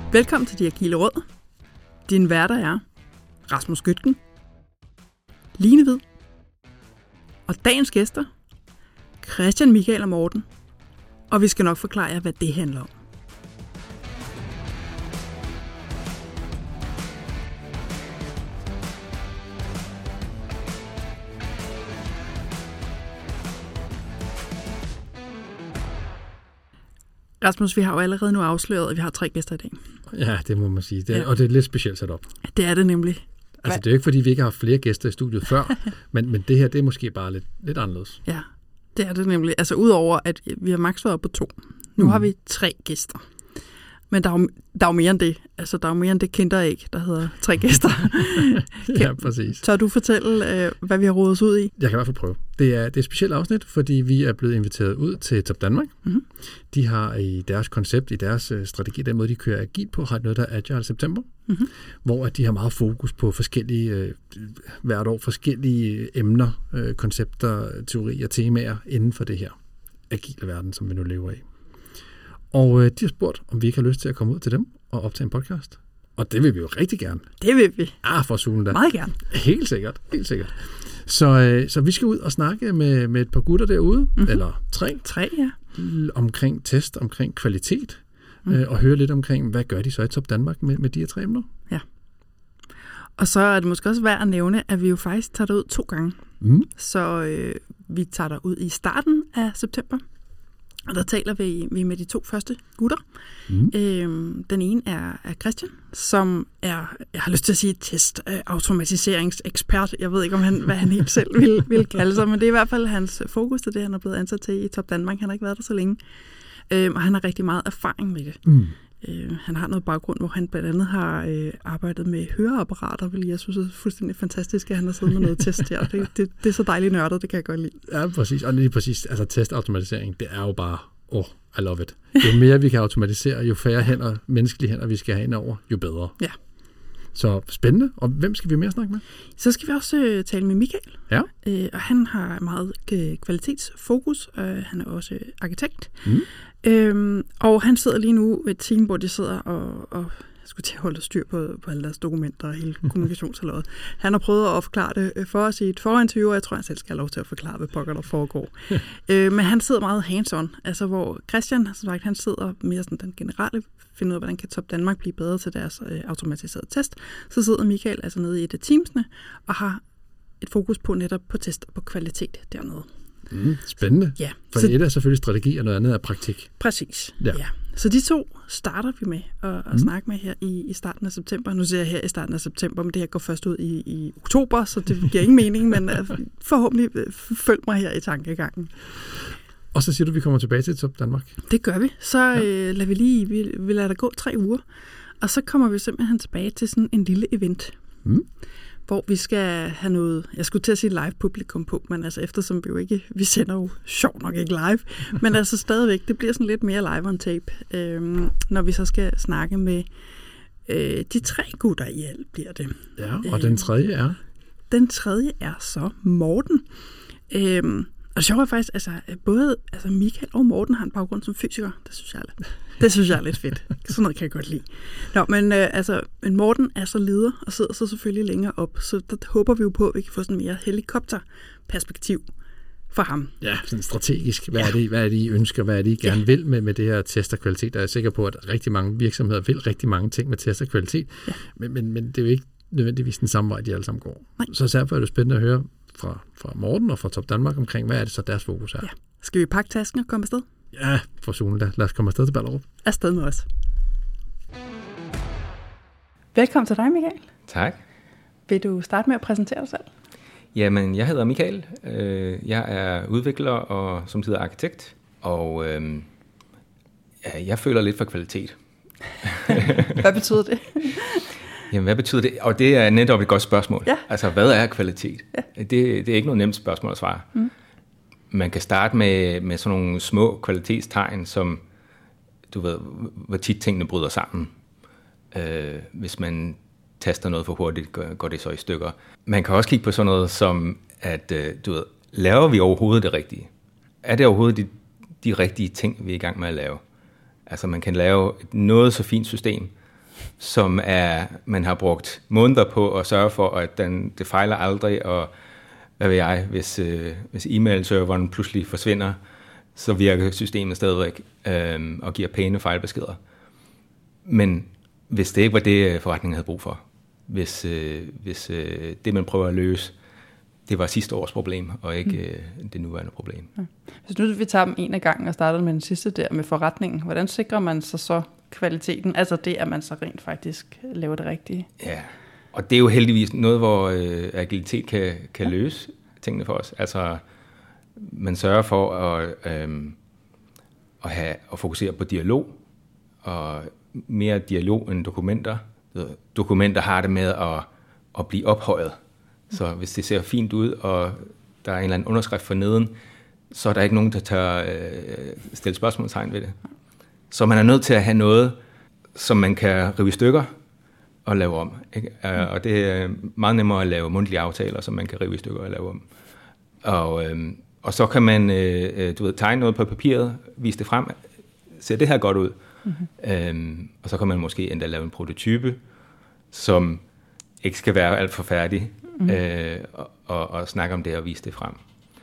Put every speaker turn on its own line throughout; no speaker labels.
Velkommen til De Agile Råd. Din værter er Rasmus Gøtgen, Line Hvid og dagens gæster, Christian, Michael og Morten. Og vi skal nok forklare jer, hvad det handler om. Rasmus, vi har jo allerede nu afsløret, at vi har 3 gæster i dag.
Ja, det må man sige. Og det er lidt specielt sat op.
Det er det nemlig.
Altså, det er jo ikke, fordi vi ikke har haft flere gæster i studiet før, men det her, det er måske bare lidt anderledes.
Ja, det er det nemlig. Altså, udover at vi har maks været på 2. Nu har vi 3 gæster. Men der er jo mere end det. Altså, der er jo mere end det kinderæg, der hedder 3 gæster.
Ja, præcis.
Tør du fortælle, hvad vi har rodet os ud i?
Jeg kan i hvert fald prøve. Det er et specielt afsnit, fordi vi er blevet inviteret ud til Top Danmark. Mm-hmm. De har i deres koncept, i deres strategi, den måde, de kører agil på, har noget, der er Agile September, hvor de har meget fokus på forskellige, hvert år forskellige emner, koncepter, teorier, temaer inden for det her agile verden, som vi nu lever i. Og de har spurgt, om vi ikke har lyst til at komme ud til dem og optage en podcast. Og det vil vi jo rigtig gerne.
Det vil vi.
For sulen da.
Meget gerne.
Helt sikkert. Så vi skal ud og snakke med et par gutter derude, eller 3.
3, ja.
Omkring test, omkring kvalitet, og høre lidt omkring, hvad gør de så i Top Danmark med de her 3 emner.
Ja. Og så er det måske også værd at nævne, at vi jo faktisk tager derud 2 gange. Så vi tager derud i starten af september. Og der taler vi med de 2 første gutter. Den ene er Christian, som er, jeg har lyst til at sige, testautomatiseringsekspert. Jeg ved ikke, hvad han helt selv vil kalde sig, men det er i hvert fald hans fokus til det, han er blevet ansat til i Top Danmark. Han har ikke været der så længe, og han har rigtig meget erfaring med det. Han har noget baggrund, hvor han blandt andet har arbejdet med høreapparater, hvilket jeg synes er fuldstændig fantastisk, at han har siddet med noget test her. Det er så dejligt nørdet, det kan jeg godt lide.
Ja, præcis. Og lige præcis, altså testautomatisering, det er jo bare, I love it. Jo mere vi kan automatisere, jo færre hænder, menneskelige hænder, vi skal have ind over, jo bedre.
Ja.
Så spændende. Og hvem skal vi mere snakke med?
Så skal vi også tale med Michael.
Ja.
Og han har meget kvalitetsfokus. Han er også arkitekt. Og han sidder lige nu ved et team, hvor de sidder og skulle til at holde styr på alle deres dokumenter og hele kommunikationshalvåret. Han har prøvet at forklare det for os i et forinterview, og jeg tror, han selv skal have lov til at forklare, hvad pokker der foregår. Men han sidder meget hands-on, altså hvor Christian, som sagt, han sidder mere sådan den generelle, finder ud af, hvordan kan Top Danmark blive bedre til deres automatiserede test. Så sidder Michael altså nede i et af teamsene og har et fokus på netop på test og på kvalitet dernede.
Spændende.
Ja.
For et er selvfølgelig strategi, og noget andet er praktik.
Præcis. Ja. Så de 2 starter vi med at snakke med her i starten af september. Nu siger jeg her i starten af september, men det her går først ud i oktober, så det giver ingen mening, men forhåbentlig følg mig her i tankegangen.
Og så siger du, at vi kommer tilbage til Top Danmark.
Det gør vi. Så lader vi lader der gå 3 uger, og så kommer vi simpelthen tilbage til sådan en lille event. Hvor vi skal have noget, jeg skulle til at sige live publikum på, men altså eftersom vi sender jo sjovt nok ikke live, men altså stadigvæk, det bliver sådan lidt mere live on tape, når vi så skal snakke med de 3 gutter i alt bliver det.
Ja, og den tredje er? Den tredje er
så Morten. Og det sjove er faktisk, både Michael og Morten har en baggrund som fysiker. Det synes jeg er lidt fedt. Sådan noget kan jeg godt lide. Nå, men Morten er så leder og sidder så selvfølgelig længere op, så der håber vi jo på, at vi kan få sådan mere helikopterperspektiv for ham.
Ja, sådan strategisk. Hvad er det, I ønsker? Hvad er det, I gerne vil med det her test og kvalitet? Der er jeg sikker på, at rigtig mange virksomheder vil rigtig mange ting med test og kvalitet, men det er jo ikke nødvendigvis den samme vej, de alle sammen går. Nej. Så derfor er det spændende at høre fra Morten og fra Top Danmark omkring, hvad er det så deres fokus er. Ja.
Skal vi pakke tasken og komme afsted?
Ja, for solen da. Lad os komme afsted til Ballerup.
Afsted med os. Velkommen til dig, Michael.
Tak.
Vil du starte med at præsentere dig selv?
Jamen, jeg hedder Michael. Jeg er udvikler og som tider arkitekt, og jeg føler lidt for kvalitet.
Hvad betyder det?
Jamen, hvad betyder det? Og det er netop et godt spørgsmål. Ja. Altså, hvad er kvalitet?
Ja.
Det er ikke noget nemt spørgsmål at svare. Man kan starte med sådan nogle små kvalitetstegn, som, du ved, hvor tit tingene bryder sammen. Hvis man taster noget for hurtigt, går det så i stykker. Man kan også kigge på sådan noget som, at du ved, laver vi overhovedet det rigtige? Er det overhovedet de rigtige ting, vi er i gang med at lave? Altså, man kan lave noget så fint system, som man har brugt måneder på at sørge for, at det fejler aldrig, og hvad ved jeg, hvis e-mail-serveren pludselig forsvinder, så virker systemet stadigvæk og giver pæne fejlbeskeder. Men hvis det ikke var det, forretningen havde brug for, hvis det, man prøver at løse, det var sidste års problem, og ikke det nuværende problem. Ja.
Hvis nu vi tager dem en af gangen og starter med den sidste der med forretningen, hvordan sikrer man så kvaliteten? Altså det, at man så rent faktisk laver det rigtige.
Ja, og det er jo heldigvis noget, hvor agilitet kan løse tingene for os. Altså man sørger for at fokusere på dialog, og mere dialog end dokumenter. Dokumenter har det med at blive ophøjet. Så hvis det ser fint ud, og der er en eller anden underskrift for neden, så er der ikke nogen, der tør stille spørgsmålstegn ved det. Så man er nødt til at have noget, som man kan rive i stykker og lave om. Ikke? Og det er meget nemmere at lave mundtlige aftaler, som man kan rive i stykker og lave om. Og så kan man tegne noget på papiret, vise det frem. Ser det her godt ud? Mm-hmm. Og så kan man måske endda lave en prototype, som ikke skal være alt for færdig, og snakke om det og vise det frem.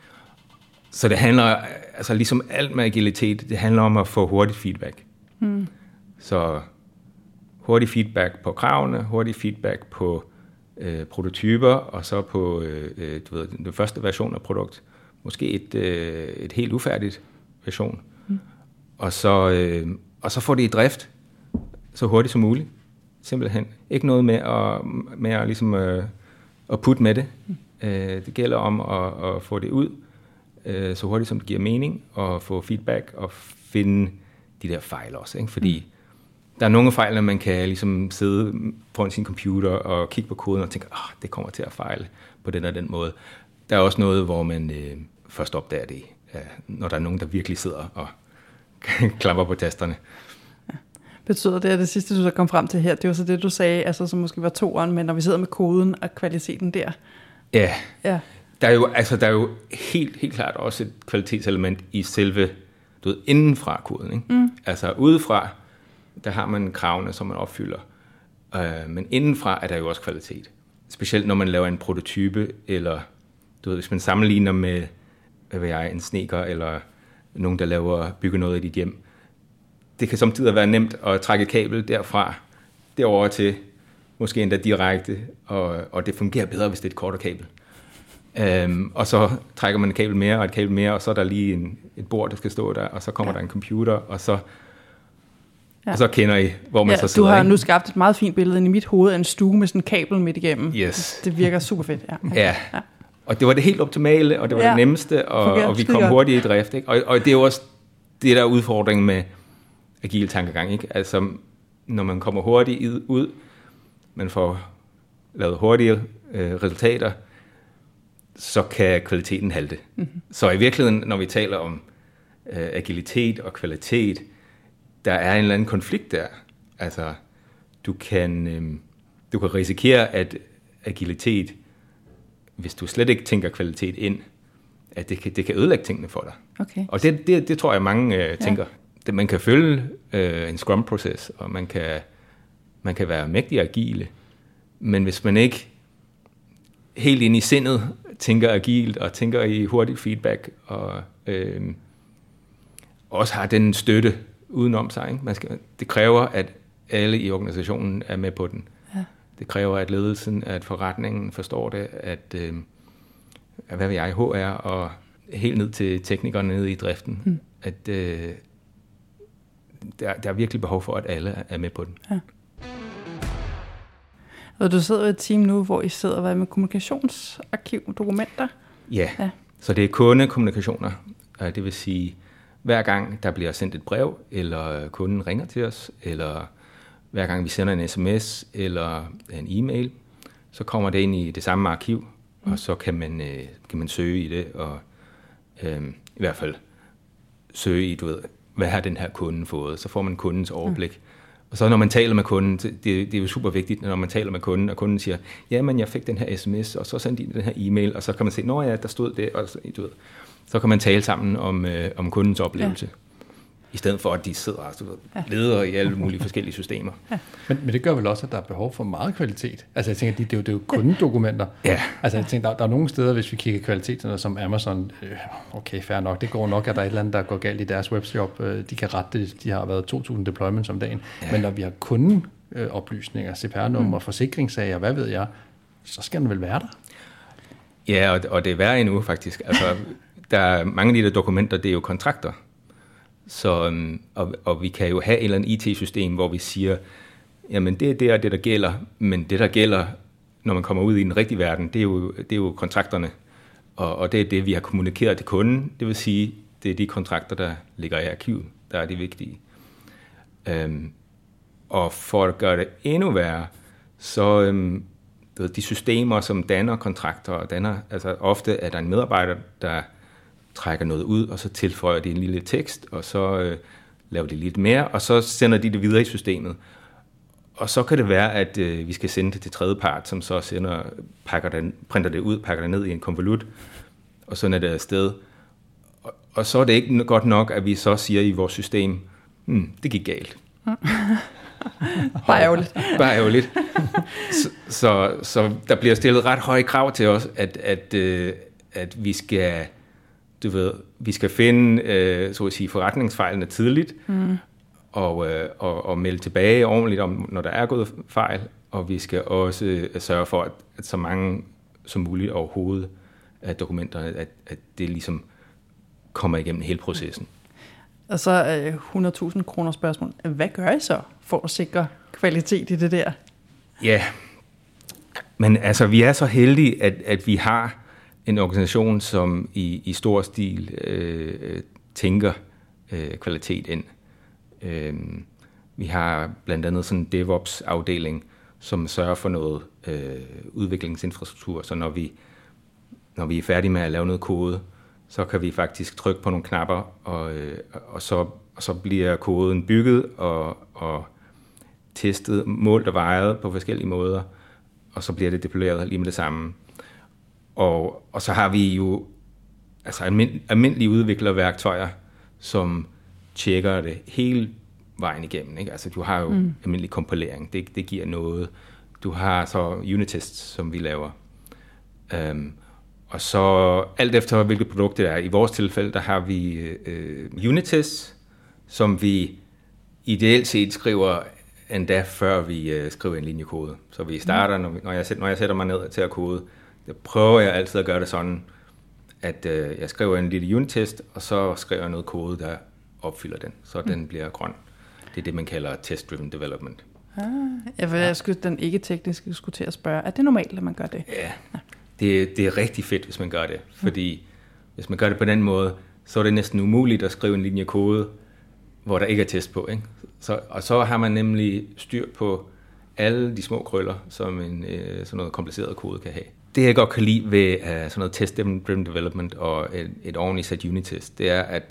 Så det handler, altså ligesom alt med agilitet, det handler om at få hurtigt feedback. Mm. Så hurtig feedback på kravene, hurtig feedback på prototyper, og så på den første version af produkt. Måske et helt ufærdigt version. Mm. Og så få det i drift så hurtigt som muligt. Simpelthen. Ikke noget med at ligesom at putte med det. Det gælder om at få det ud så hurtigt som det giver mening, og få feedback og finde de der fejl også. Ikke? Fordi der er nogle fejl, når man kan ligesom sidde foran sin computer og kigge på koden og tænke, det kommer til at fejle på den og den måde. Der er også noget, hvor man først opdager det, når der er nogen, der virkelig sidder og klapper på tasterne.
Betyder det, at det sidste, du så kom frem til her, det var så det, du sagde, altså som måske var 2'eren, men når vi sidder med koden og kvaliteten der?
Ja. Der er jo helt klart også et kvalitetselement i selve, indenfra koden. Ikke? Mm. Altså udefra, der har man kravene, som man opfylder. Men indenfra er der jo også kvalitet. Specielt når man laver en prototype, eller hvis man sammenligner med en snedker, eller nogen, der bygger noget i dit hjem. Det kan samtidig være nemt at trække et kabel derfra, derover til, måske endda direkte, og det fungerer bedre, hvis det er et kortere kabel. Og så trækker man et kabel mere, og et kabel mere, og så er der lige et bord, der skal stå der, og så kommer der en computer, og så kender I, hvor man så sidder.
Du har nu skabt et meget fint billede ind i mit hoved af en stue med sådan en kabel midt igennem.
Yes.
Det virker super fedt.
Ja. Og det var det helt optimale, og det var det nemmeste, og vi kom hurtigt i drift. Ikke? Og det er jo også det, der er udfordringen med agil tankegang. Ikke? Altså, når man kommer hurtigt ud, man får lavet hurtige resultater, så kan kvaliteten halte. Mm-hmm. Så i virkeligheden, når vi taler om agilitet og kvalitet, der er en eller anden konflikt der. Altså, du kan risikere, at agilitet, hvis du slet ikke tænker kvalitet ind, at det kan ødelægge tingene for dig. Okay. Og det tror jeg, mange tænker. Man kan følge en Scrum-proces, og man kan være mægtig agile, men hvis man ikke helt ind i sindet tænker agilt, og tænker i hurtig feedback, og også har den støtte udenom sig. Ikke? Det kræver, at alle i organisationen er med på den. Ja. Det kræver, at ledelsen, at forretningen forstår det, at HR og helt ned til teknikerne nede i driften, at der er virkelig behov for, at alle er med på den. Ja.
Og du sidder i et team nu, hvor I sidder med kommunikationsarkiv, dokumenter.
Ja, så det er kundekommunikationer. Det vil sige, hver gang der bliver sendt et brev, eller kunden ringer til os, eller hver gang vi sender en sms eller en e-mail, så kommer det ind i det samme arkiv, og så kan man søge i det, og i hvert fald søge i, hvad har den her kunde fået? Så får man kundens overblik. Og så når man taler med kunden, det er jo super vigtigt, når man taler med kunden, og kunden siger, jamen jeg fik den her sms, og så sendte de den her e-mail, og så kan man se, der stod det, og så kan man tale sammen om kundens oplevelse. I stedet for, at de sidder og leder i alle mulige forskellige systemer.
Ja.
Men det gør vel også, at der er behov for meget kvalitet. Altså jeg tænker, det er jo kundedokumenter.
Ja.
Altså jeg tænker, der er nogle steder, hvis vi kigger kvalitet, som Amazon, okay, fair nok, det går nok, at der er et eller andet, der går galt i deres webshop. De kan rette det, de har været 2.000 deployments om dagen. Ja. Men når vi har kundeoplysninger, CPR-nummer, forsikringssager, hvad ved jeg, så skal den vel være der?
Ja, og det er værre endnu faktisk. Altså, der er mange af de der dokumenter, det er jo kontrakter. Så, og vi kan jo have et eller andet IT-system, hvor vi siger, jamen det er det, der gælder, men det, der gælder, når man kommer ud i den rigtige verden, det er jo kontrakterne. Og det er det, vi har kommunikeret til kunden. Det vil sige, det er de kontrakter, der ligger i arkivet, der er de vigtige. Og for at gøre det endnu værre, så de systemer, som danner kontrakter, og altså ofte er der en medarbejder, der trækker noget ud, og så tilføjer de en lille tekst, og så laver de lidt mere, og så sender de det videre i systemet. Og så kan det være, at vi skal sende det til tredjepart, som så printer det ud, pakker det ned i en konvolut, og så er det afsted. Og så er det ikke godt nok, at vi så siger i vores system, det gik galt.
Bare ærgerligt.
Bare ærgerligt. Så der bliver stillet ret høje krav til os, at vi skal, vi skal finde, så at sige, forretningsfejlene tidligt, og melde tilbage ordentligt om, når der er gået fejl, og vi skal også sørge for, at så mange som muligt overhovedet af dokumenterne, at det ligesom kommer igennem hele processen.
Og så 100.000 kroner spørgsmål. Hvad gør I så for at sikre kvalitet i det der?
Ja, men altså vi er så heldige, at vi har en organisation, som i stor stil tænker kvalitet ind. Vi har blandt andet sådan en DevOps-afdeling, som sørger for noget udviklingsinfrastruktur, så når vi er færdige med at lave noget kode, så kan vi faktisk trykke på nogle knapper, og så bliver koden bygget og testet, målt og vejet på forskellige måder, og så bliver det deployeret lige med det samme. Og så har vi jo altså almindelige udviklerværktøjer, som tjekker det hele vejen igennem. Ikke? Altså du har jo almindelig kompilering, det giver noget. Du har så unit-tests, som vi laver. Og så alt efter hvilket produkt det er. I vores tilfælde, der har vi unit-tests, som vi ideelt set skriver endda før vi skriver en linje kode. Så vi starter, når jeg sætter mig ned til at kode, der prøver jeg altid at gøre det sådan, at jeg skriver en lille unit-test, og så skriver jeg noget kode, der opfylder den, så den bliver grøn. Det er det, man kalder test-driven development.
Jeg skulle den ikke-tekniske skulle til at spørge, er det normalt, at man gør det?
Ja, det er rigtig fedt, hvis man gør det, fordi hvis man gør det på den måde, så er det næsten umuligt at skrive en linje kode, hvor der ikke er test på. Ikke? Og så har man nemlig styr på alle de små krøller, som sådan noget kompliceret kode kan have. Det jeg godt kan lide ved sådan noget test-driven development og et ordentligt set unit-test, det er, at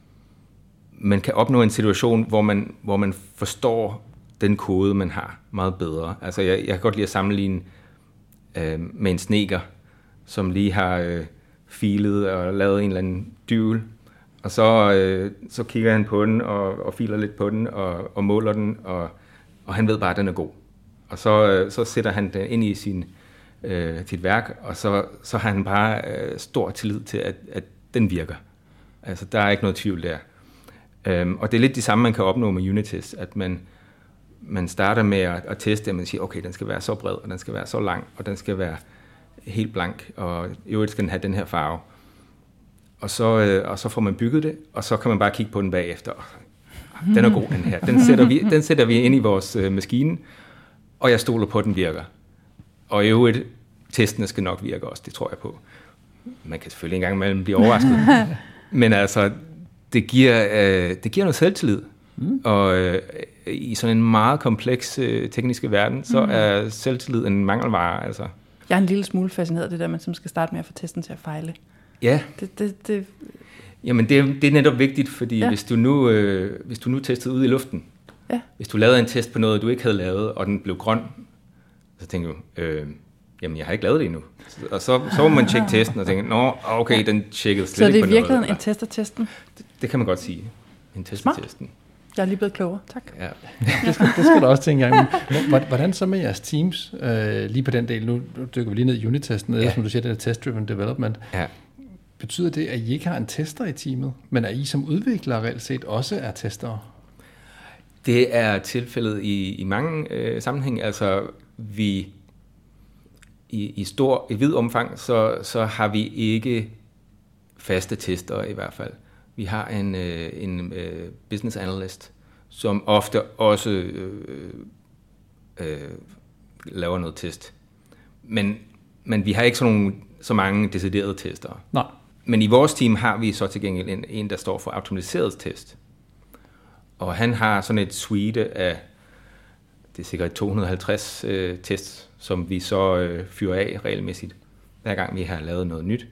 man kan opnå en situation, hvor man forstår den kode, man har meget bedre. Altså jeg kan godt lide at sammenligne med en sneker, som lige har filet og lavet en eller anden dyvel, og så kigger han på den og filer lidt på den og måler den, og han ved bare, at den er god. Og så sætter han den ind i sit værk, og så har han bare stor tillid til, at den virker. Altså, der er ikke noget tvivl der. Og det er lidt det samme, man kan opnå med unit-test, at man starter med at teste, at man siger, okay, den skal være så bred, og den skal være så lang, og den skal være helt blank, og i øvrigt skal den have den her farve. Og så får man bygget det, og så kan man bare kigge på den bagefter. Den er god, den her. Den sætter vi ind i vores maskine, og jeg stoler på, at den virker. Og i øvrigt, testene skal nok virke også, det tror jeg på. Man kan selvfølgelig engang imellem blive overrasket. Men altså, det giver noget selvtillid. Og i sådan en meget kompleks tekniske verden, så er selvtillid en mangelvare. Altså.
Jeg er en lille smule fascineret af det der, man skal starte med at få testen til at fejle.
Ja.
Det.
Jamen, det er netop vigtigt, fordi hvis du nu testede ud i luften, hvis du lavede en test på noget, du ikke havde lavet, og den blev grøn, så tænker du, jamen, jeg har ikke lavet det endnu. Og så må man tjekke testen og tænke, nå, okay, den tjekkede slet ikke på noget.
Så det er i virkeligheden en test af testen?
Det kan man godt sige. end testetesten.
Jeg er lige blevet klogere, tak.
Ja.
det skal du også til en gang. Hvordan så med jeres teams, lige på den del, nu dykker vi lige ned i unit-testen, som du siger, det er test-driven development.
Ja.
Betyder det, at I ikke har en tester i teamet, men at I som udviklere reelt set også er testere?
Det er tilfældet i mange sammenhæng. Altså, vi i vid omfang, så har vi ikke faste testere i hvert fald. Vi har en business analyst, som ofte også laver noget test. Men vi har ikke så mange deciderede testere.
Nej.
Men i vores team har vi så til gengæld en der står for automatiseret test. Og han har sådan et suite af, det er sikkert 250 tests, som vi så fyrer af regelmæssigt. Hver gang vi har lavet noget nyt,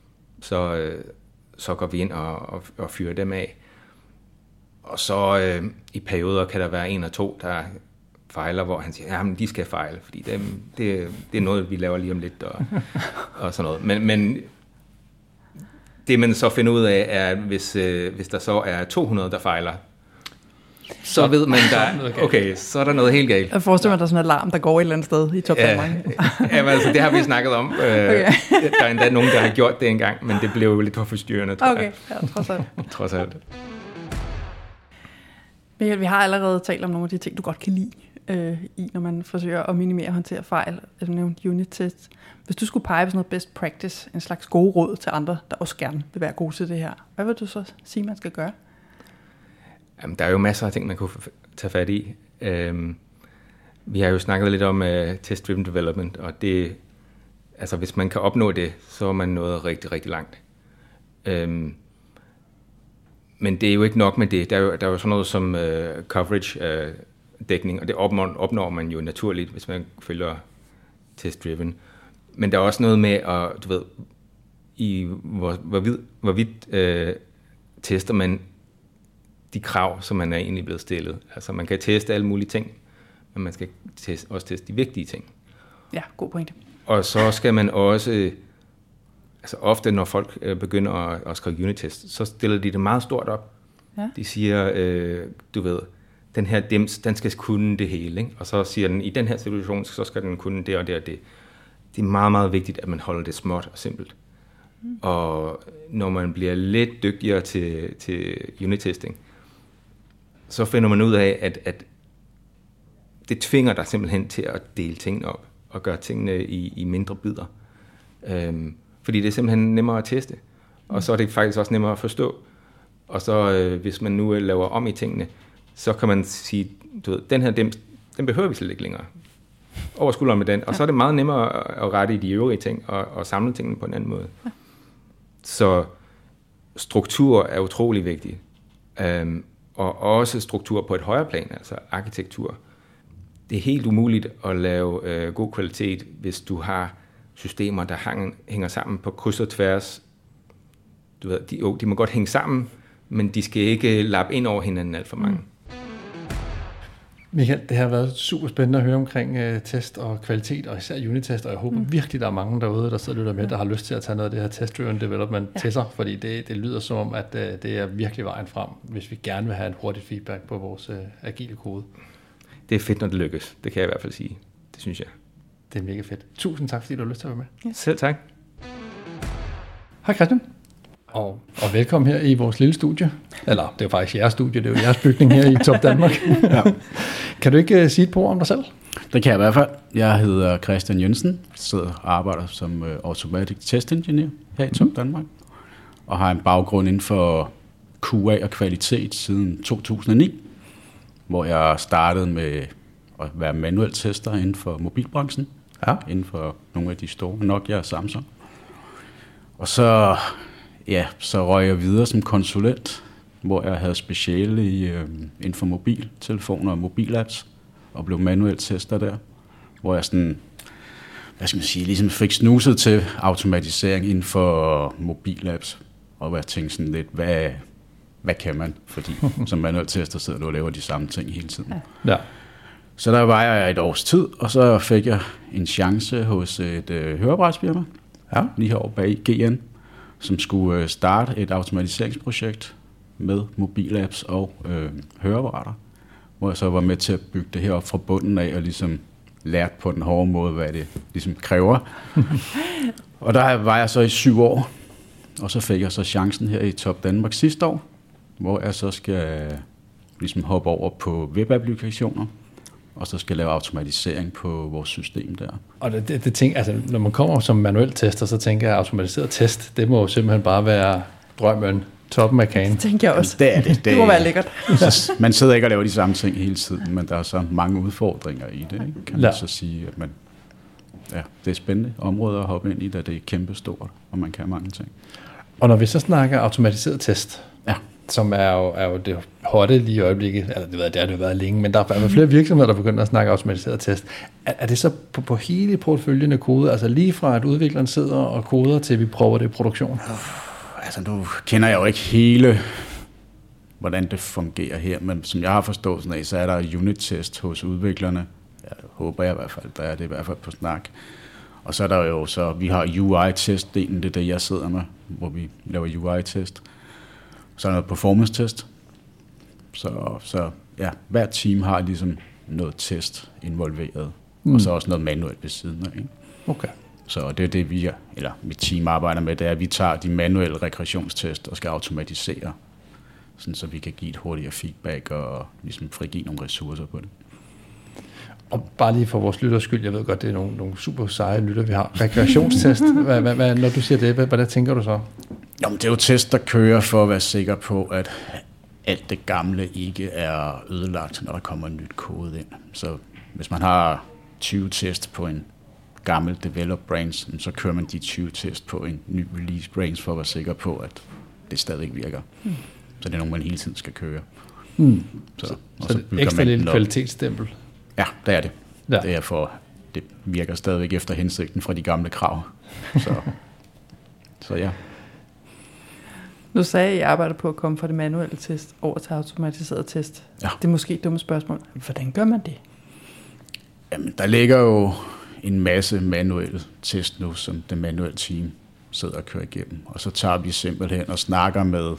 så går vi ind og fyrer dem af. Og så i perioder kan der være 1 eller 2, der fejler, hvor han siger, jamen de skal fejle, fordi det er noget, vi laver lige om lidt, og sådan noget. Men det man så finder ud af, er, hvis der så er 200, der fejler, så ved man, så er der noget helt galt.
Jeg forestiller mig, at der er sådan en alarm, der går et eller andet sted i Top Danmark.
Ja, altså, det har vi snakket om. Okay. Der er endda nogen, der har gjort det engang, men det blev lidt for forstyrrende, tror jeg.
Ja, trods alt.
Trods alt.
Michael, vi har allerede talt om nogle af de ting, du godt kan lide, når man forsøger at minimere og håndtere fejl. Altså nævnt unit test. Hvis du skulle pege på sådan noget best practice, en slags gode råd til andre, der også gerne vil være gode til det her, hvad vil du så sige, man skal gøre?
Jamen, der er jo masser af ting, man kunne tage fat i. Vi har jo snakket lidt om test-driven development, og det, altså hvis man kan opnå det, så er man nået rigtig, rigtig langt. Men det er jo ikke nok med det. Der er jo sådan noget som coverage-dækning, og det opnår man jo naturligt, hvis man følger test-driven. Men der er også noget med, at du ved, hvorvidt tester man de krav, som man er egentlig blevet stillet. Altså man kan teste alle mulige ting, men man skal også teste de vigtige ting.
Ja, god pointe.
Og så skal man også, altså ofte når folk begynder at skrive unit-test, så stiller de det meget stort op. Ja. De siger, du ved, den her dims, den skal kunne det hele, ikke? Og så siger den, i den her situation, så skal den kunne det og det og det. Det er meget, meget vigtigt, at man holder det småt og simpelt. Og når man bliver lidt dygtigere til unit-testing, så finder man ud af, at det tvinger dig simpelthen til at dele tingene op og gøre tingene i mindre bidder. Fordi det er simpelthen nemmere at teste. Og så er det faktisk også nemmere at forstå. Og så hvis man nu laver om i tingene, så kan man sige, du ved, den her den behøver vi slet ikke længere. Over skulderen med den. Og så er det meget nemmere at rette i de øvrige ting og samle tingene på en anden måde. Ja. Så struktur er utrolig vigtigt. Og også struktur på et højere plan, altså arkitektur. Det er helt umuligt at lave god kvalitet, hvis du har systemer, der hænger sammen på kryds og tværs. Du ved, de må godt hænge sammen, men de skal ikke lappe ind over hinanden alt for mange.
Michael, det har været super spændende at høre omkring test og kvalitet, og især unit-test, og jeg håber virkelig, der er mange derude, der sidder og lytter med, der har lyst til at tage noget af det her test-driven development til sig, fordi det lyder som om, at det er virkelig vejen frem, hvis vi gerne vil have en hurtig feedback på vores agile kode.
Det er fedt, når det lykkes. Det kan jeg i hvert fald sige. Det synes jeg.
Det er mega fedt. Tusind tak, fordi du har lyst til at være med.
Ja. Selv tak.
Hej Christian. Og velkommen her i vores lille studie. Eller, det er jo faktisk jeres studie, det er jo jeres bygning her i Top Danmark. Ja. Kan du ikke sige et par ord om dig selv?
Det kan jeg i hvert fald. Jeg hedder Christian Jensen, sidder og arbejder som Automatic Test Engineer her i Top Danmark, og har en baggrund inden for QA og kvalitet siden 2009, hvor jeg startede med at være manuel tester inden for mobilbranchen, inden for nogle af de store, Nokia og Samsung. Og så røg jeg videre som konsulent, hvor jeg havde speciale inden for mobiltelefoner og mobilapps, og blev manuel tester der, hvor jeg sådan, ligesom fik snuset til automatisering inden for mobilapps, og jeg tænkte sådan lidt, hvad kan man? Fordi som manuel tester sidder du og laver de samme ting hele tiden. Ja. Så der var jeg et års tid, og så fik jeg en chance hos et høreapparatsfirma, lige herovre bag GN, som skulle starte et automatiseringsprojekt med mobilapps og høreapparater, hvor jeg så var med til at bygge det her op fra bunden af, og ligesom lærte på den hårde måde, hvad det ligesom kræver. Og der var jeg så i 7 år, og så fik jeg så chancen her i Top Danmark sidste år, hvor jeg så skal ligesom hoppe over på webapplikationer, og så skal lave automatisering på vores system der.
Og det ting, altså, når man kommer som manuel tester, så tænker jeg, at automatiseret test, det må jo simpelthen bare være drømmen, toppen af kagen.
Det tænker jeg også.
Det er det.
Det må være lækkert.
Man sidder ikke og laver de samme ting hele tiden, men der er så mange udfordringer i det, ikke? Kan man så sige, at det er spændende område at hoppe ind i, da det er kæmpestort, og man kan mange ting.
Og når vi så snakker automatiseret test,
ja,
som er jo det hotte lige i øjeblikket, eller det har det været længe, men der er flere virksomheder, der begynder at snakke automatiseret test. Er det så på hele porteføljen af kode, altså lige fra at udvikleren sidder og koder, til vi prøver det i produktion?
Altså nu kender jeg jo ikke hele, hvordan det fungerer her, men som jeg har forstået af, så er der unit-test hos udviklerne. Jeg håber jeg i hvert fald, der er det i hvert fald på snak. Og så er der jo så, vi har UI-test-delen, det er det, jeg sidder med, hvor vi laver UI-test. Så er der noget performance-test. Så ja, hver team har ligesom noget test involveret, og så også noget manuelt ved siden af. Ikke?
Okay.
Så det er det, mit team arbejder med, det er, at vi tager de manuelle regressionstest og skal automatisere, sådan så vi kan give et hurtigere feedback og ligesom frigive nogle ressourcer på det.
Og bare lige for vores lytters skyld, jeg ved godt, det er nogle super seje lytter, vi har. Regressionstest, når du siger det, hvad tænker du så?
Jamen, det er jo test, der kører for at være sikker på, at alt det gamle ikke er ødelagt, når der kommer nyt kode ind. Så hvis man har 20 test på en gammel develop branch, så kører man de 20 test på en ny release branch for at være sikker på, at det stadig virker. Så det er nogle, man hele tiden skal køre.
Så det er ekstra lille kvalitetsstempel?
Ja, det er det. Ja. Det er for, det virker stadigvæk efter hensigten fra de gamle krav. Så ja.
Du sagde, at I arbejder på at komme fra det manuelle test over til automatiseret test. Ja. Det er måske et dumt spørgsmål. Hvordan gør man det?
Jamen, der ligger jo en masse manuelle test nu, som det manuelle team sidder og kører igennem. Og så tager vi simpelthen og snakker med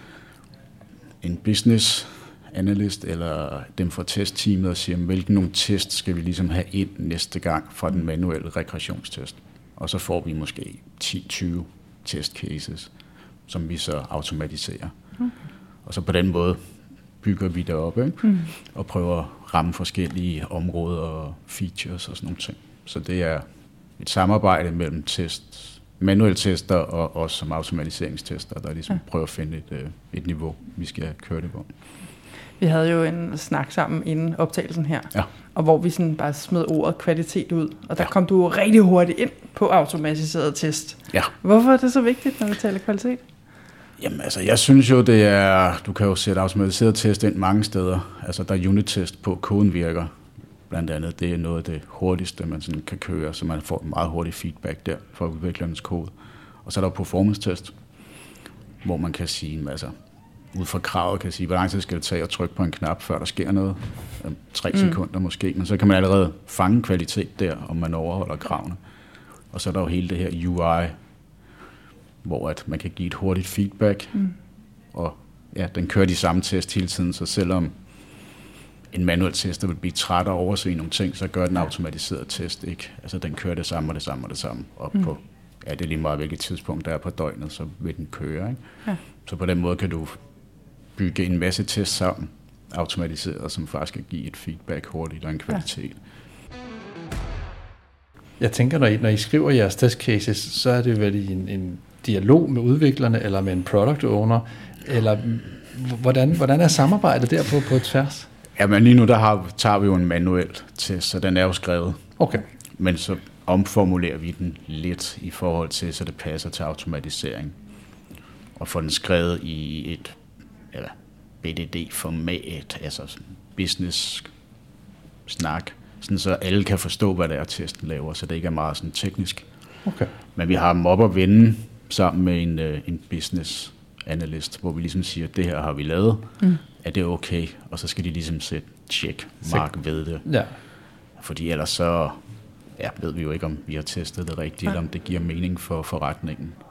en business analyst eller dem fra testteamet og siger, hvilken nogle test skal vi ligesom have ind næste gang fra den manuelle regressionstest. Og så får vi måske 10-20 test cases, som vi så automatiserer. Og så på den måde bygger vi det op, ikke? Og prøver at ramme forskellige områder og features og sådan nogle ting. Så det er et samarbejde mellem manuelle tester og os som automatiseringstester, der ligesom prøver at finde et niveau, vi skal køre det på.
Vi havde jo en snak sammen inden optagelsen her, og hvor vi sådan bare smed ordet kvalitet ud, og der kom du rigtig hurtigt ind på automatiseret test. Ja. Hvorfor er det så vigtigt, når vi taler kvalitet?
Jamen altså, jeg synes jo, det er, du kan jo sætte automatiseret test ind mange steder. Altså, der er unit-test på, koden virker. Blandt andet, det er noget af det hurtigste, man sådan kan køre, så man får en meget hurtig feedback der fra udviklernes kode. Og så er der performance-test, hvor man kan sige, altså, ud fra kravet kan sige, hvor lang tid skal det tage at trykke på en knap, før der sker noget. 3 sekunder måske, men så kan man allerede fange kvalitet der, om man overholder kravene. Og så er der jo hele det her UI, hvor at man kan give et hurtigt feedback, og ja, den kører de samme test hele tiden, så selvom en manuel tester vil blive træt og overse nogle ting, så gør den automatiseret test ikke. Altså den kører det samme og det samme og det samme op på, det er lige meget hvilket tidspunkt der er på døgnet, så vil den køre, ikke? Ja. Så på den måde kan du bygge en masse tests sammen, automatiseret, som faktisk kan give et feedback hurtigt og en kvalitet. Ja.
Jeg tænker, når I skriver jeres test cases, så er det vel en dialog med udviklerne, eller med en product owner, eller hvordan er samarbejdet der på tværs?
Ja, men lige nu tager vi jo en manuel test, så den er jo skrevet.
Okay.
Men så omformulerer vi den lidt i forhold til, så det passer til automatisering. Og får den skrevet i et BDD-format, altså business-snak, sådan så alle kan forstå, hvad det er, testen laver, så det ikke er meget sådan teknisk. Okay. Men vi har dem op at vende sammen med en business analyst, hvor vi ligesom siger, at det her har vi lavet, er det okay? Og så skal de ligesom sætte checkmark ved det. Ja. Fordi ellers så ved vi jo ikke, om vi har testet det rigtigt, eller om det giver mening for forretningen.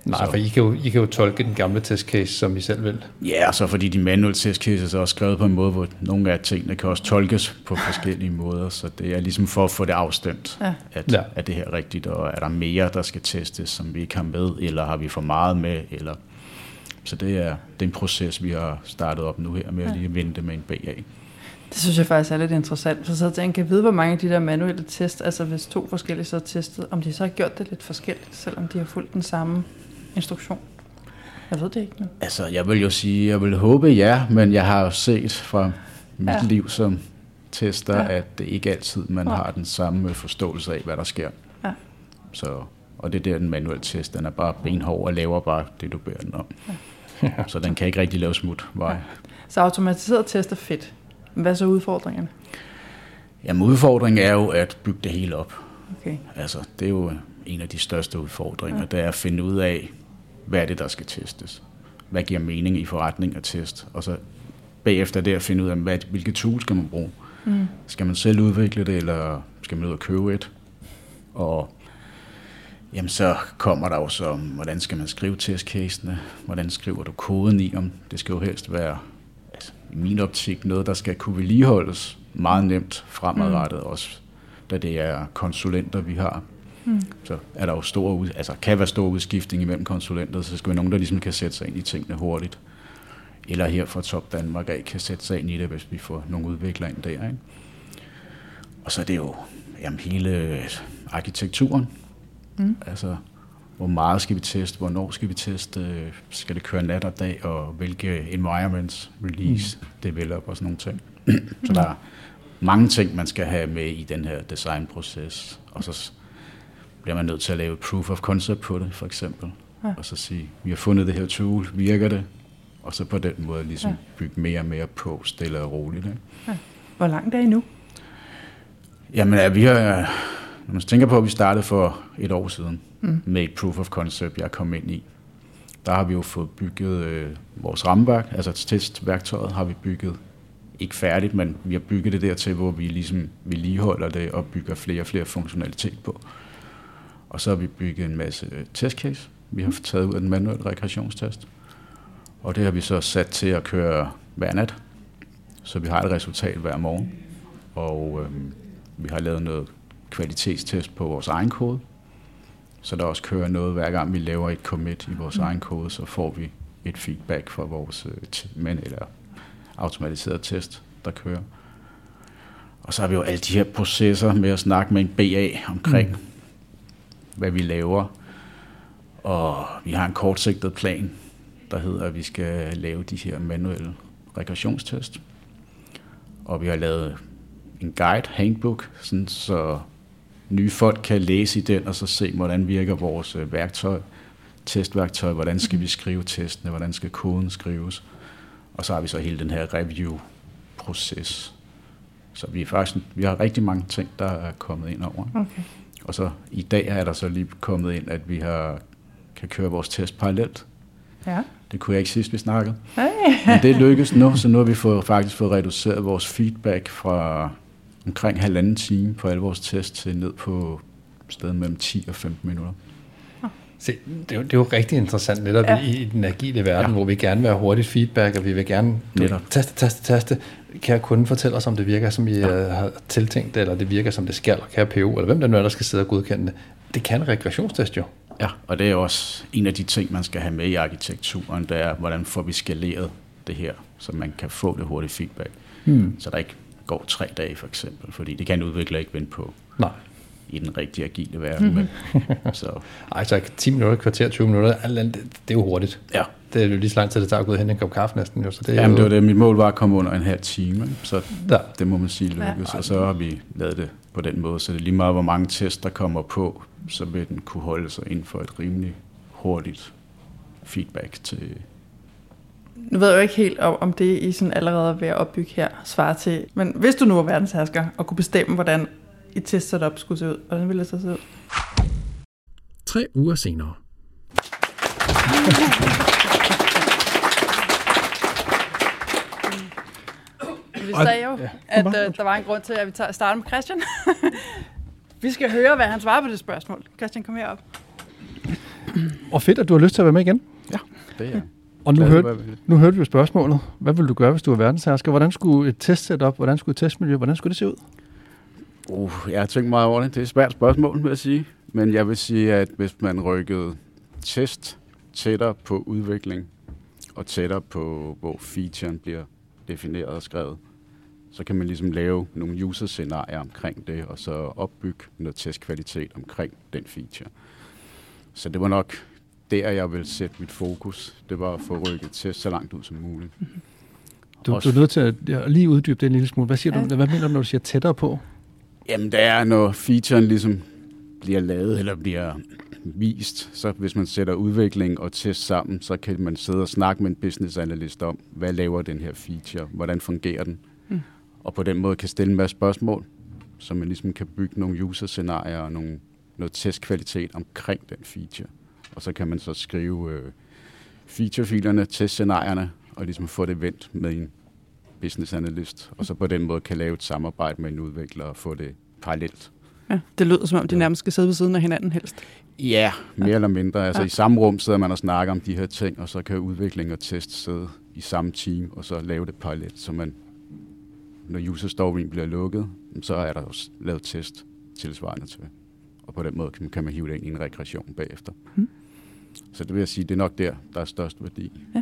Nej, for I kan jo tolke den gamle testcase, som I selv vil.
Ja, og så fordi de manuelle testcases er også skrevet på en måde, hvor nogle af tingene kan også tolkes på forskellige måder, så det er ligesom for at få det afstemt, at det her er rigtigt, og er der mere, der skal testes, som vi ikke har med, eller har vi for meget med, eller... Så det er en proces, vi har startet op nu her med at lige vente med en BA.
Det synes jeg faktisk er lidt interessant. Så jeg kan vide, hvor mange af de der manuelle test, altså hvis 2 forskellige så er testet, om de så har gjort det lidt forskelligt, selvom de har fulgt den samme instruktion. Jeg ved det ikke nu.
Altså, jeg vil jo sige, jeg vil håbe ja, men jeg har jo set fra mit liv som tester, at det ikke altid, man har den samme forståelse af, hvad der sker. Ja. Så, og det der, den manuelle test, den er bare benhård og laver bare det, du beder den om. Ja. Så den kan ikke rigtig lave smutvej. Ja.
Så automatiseret test er fedt. Hvad er så udfordringerne?
Jamen udfordringen er jo at bygge det hele op.
Okay.
Altså, det er jo en af de største udfordringer, det er at finde ud af, hvad er det, der skal testes. Hvad giver mening i forretning og test? Og så bagefter det at finde ud af, hvilke tools skal man bruge. Skal man selv udvikle det, eller skal man ud og købe et? Og jamen, så kommer der jo så, hvordan skal man skrive testcasene? Hvordan skriver du koden i om? Det skal jo helst være, altså, i min optik, noget, der skal kunne vedligeholdes meget nemt fremadrettet også, da det er konsulenter, vi har. Så er der jo kan være stor udskiftning imellem konsulenter, så skal vi nogen, der ligesom kan sætte sig ind i tingene hurtigt. Eller her fra Top Danmark af kan sætte sig ind i det, hvis vi får nogle udviklere ind der. Ikke? Og så er det jo hele arkitekturen. Altså, hvor meget skal vi teste, hvornår skal vi teste, skal det køre nat og dag, og hvilke environments, release, develop og sådan nogle ting. Så der er mange ting, man skal have med i den her designproces, og så bliver man nødt til at lave proof of concept på det, for eksempel. Og så sige, vi har fundet det her tool, virker det? Og så på den måde ligesom bygge mere og mere på, stille og roligt. Ikke?
Hvor langt er I nu?
Jamen, vi har, når man tænker på, at vi startede for et år siden med et proof of concept, jeg kom ind i, der har vi jo fået bygget vores rammeværk, altså testværktøjet har vi bygget, ikke færdigt, men vi har bygget det dertil, hvor vi ligesom vedligeholder det og bygger flere og flere funktionalitet på. Og så har vi bygget en masse testcase. Vi har taget ud af den manuelle regressionstest. Og det har vi så sat til at køre hver nat. Så vi har et resultat hver morgen. Og vi har lavet noget kvalitetstest på vores egen kode. Så der også kører noget, hver gang vi laver et commit i vores egen kode, så får vi et feedback fra vores eller automatiseret test, der kører. Og så har vi jo alle de her processer med at snakke med en BA omkring, hvad vi laver. Og vi har en kortsigtet plan, der hedder, at vi skal lave de her manuelle regressionstest. Og vi har lavet en guide, handbook, sådan så nye folk kan læse i den, og så se, hvordan virker vores testværktøj, hvordan skal vi skrive testene, hvordan skal koden skrives. Og så har vi så hele den her review-proces. Så vi har rigtig mange ting, der er kommet ind over. Okay. Og så i dag er der så lige kommet ind, at vi kan køre vores test parallelt. Ja. Det kunne jeg ikke sidst, vi snakkede. Hey. Men det lykkes nu, så nu har vi faktisk fået reduceret vores feedback fra omkring 1,5 time på alle vores tests til ned på stedet mellem 10 og 15 minutter.
Se, det er jo rigtig interessant netop i den agile verden, hvor vi gerne vil have hurtigt feedback, og vi vil gerne taste. Kan kunden fortælle os, om det virker, som I har tiltænkt, eller det virker, som det skal, eller kan PO, eller hvem der nu er, der skal sidde og godkende det. Det kan regressionstest jo. Ja,
og det er også en af de ting, man skal have med i arkitekturen, det er, hvordan får vi skaleret det her, så man kan få det hurtige feedback. Så der ikke går 3 dage for eksempel, fordi det kan en udvikler ikke vinde på. Nej. I den rigtige agile verden. Men,
så 10 minutter, kvarter, 20 minutter, alt andet, det er jo hurtigt. Ja. Det er jo lige så lang tid, det tager at gå ud hen og en kop kaffe næsten. Jo, så det
Jamen, det var det. Mit mål var at komme under 1,5 time, så det må man sige lykkes. Og så har vi lavet det på den måde, så det er lige meget, hvor mange tests, der kommer på, så vil den kunne holde sig inden for et rimelig hurtigt feedback til.
Nu ved jeg jo ikke helt, om det I sådan allerede er ved at opbygge her svarer til, men hvis du nu var verdenshersker og kunne bestemme, hvordan et test-setup skulle se ud, hvordan ville det så se ud?
3 uger senere.
Vi sagde jo, at der var en grund til, at vi starter med Christian. Vi skal høre, hvad han svarer på det spørgsmål. Christian, kom herop.
Og fedt, at du har lyst til at være med igen.
Ja, det er
Og nu hørte vi jo spørgsmålet. Hvad ville du gøre, hvis du var verdenshersker? Hvordan skulle et testsetup, hvordan skulle et testmiljø, hvordan skulle det se ud?
Jeg har tænkt meget over det. Det er et svært spørgsmål, vil jeg sige. Men jeg vil sige, at hvis man rykkede test tættere på udvikling, og tættere på, hvor featuren bliver defineret og skrevet, så kan man ligesom lave nogle user-scenarier omkring det, og så opbygge noget testkvalitet omkring den feature. Så det var nok der, jeg vil sætte mit fokus. Det var at få rykket test så langt ud som muligt.
Du er nødt til at lige uddybe det en lille smule. Hvad mener du, når du siger tættere på?
Jamen, det er, når featuren ligesom bliver lavet eller bliver vist. Så hvis man sætter udvikling og test sammen, så kan man sidde og snakke med en business analyst om, hvad laver den her feature? Hvordan fungerer den? Og på den måde kan stille en masse spørgsmål, så man ligesom kan bygge nogle user-scenarier og noget testkvalitet omkring den feature. Og så kan man så skrive feature-filerne, testscenarierne, og ligesom få det vendt med en business analyst. Og så på den måde kan lave et samarbejde med en udvikler og få det parallelt.
Ja, det lyder som om, de nærmest skal sidde ved siden af hinanden helst.
Ja, mere eller mindre. Altså i samme rum sidder man og snakker om de her ting, og så kan udvikling og test sidde i samme team, og så lave det parallelt, så man, når user storyen bliver lukket, så er der jo lavet test tilsvarende til. Og på den måde kan man hive det ind i en regression bagefter. Så det vil jeg sige, det er nok der er størst værdi. Ja.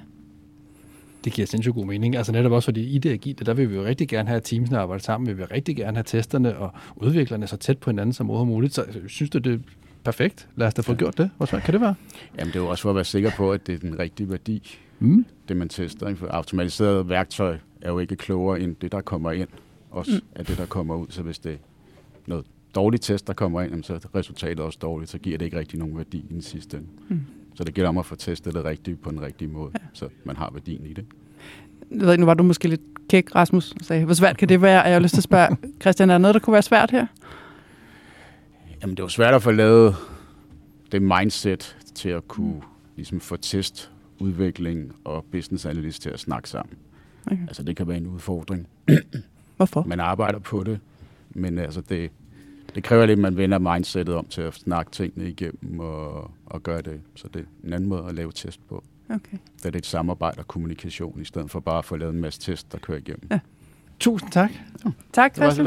Det giver sindssygt god mening. Altså netop også fordi i det agile, der vil vi jo rigtig gerne have teamsene arbejde sammen. Vi vil rigtig gerne have testerne og udviklerne så tæt på hinanden som overhovedet muligt. Så synes du, det er perfekt? Lad os da få gjort det. Hvor svært kan det være?
Jamen det er jo også for at være sikker på, at det er den rigtige værdi, det man tester. For automatiseret værktøj er jo ikke klogere end det, der kommer ind. Også af det, der kommer ud. Så hvis det er noget dårligt test, der kommer ind, så er resultatet også dårligt. Så giver det ikke rigtig nogen værdi i den sidste ende. Så det gælder om at få testet det rigtigt på den rigtige måde, så man har værdien i det.
Jeg ved ikke, nu var du måske lidt kæk, Rasmus, og sagde, hvor svært kan det være? Jeg har lyst til at spørge, Christian, er der noget, der kunne være svært her?
Jamen, det var svært at få lavet det mindset til at kunne ligesom få test, udvikling og business analyst til at snakke sammen. Okay. Altså, det kan være en udfordring.
Hvorfor?
Man arbejder på det, men altså det kræver lidt, at man vender mindsetet om til at snakke tingene igennem og gøre det. Så det er en anden måde at lave test på.
Okay.
Det er et samarbejde og kommunikation, i stedet for bare at få lavet en masse test, der kører igennem.
Ja.
Tusind tak.
Ja. Tak, Christian.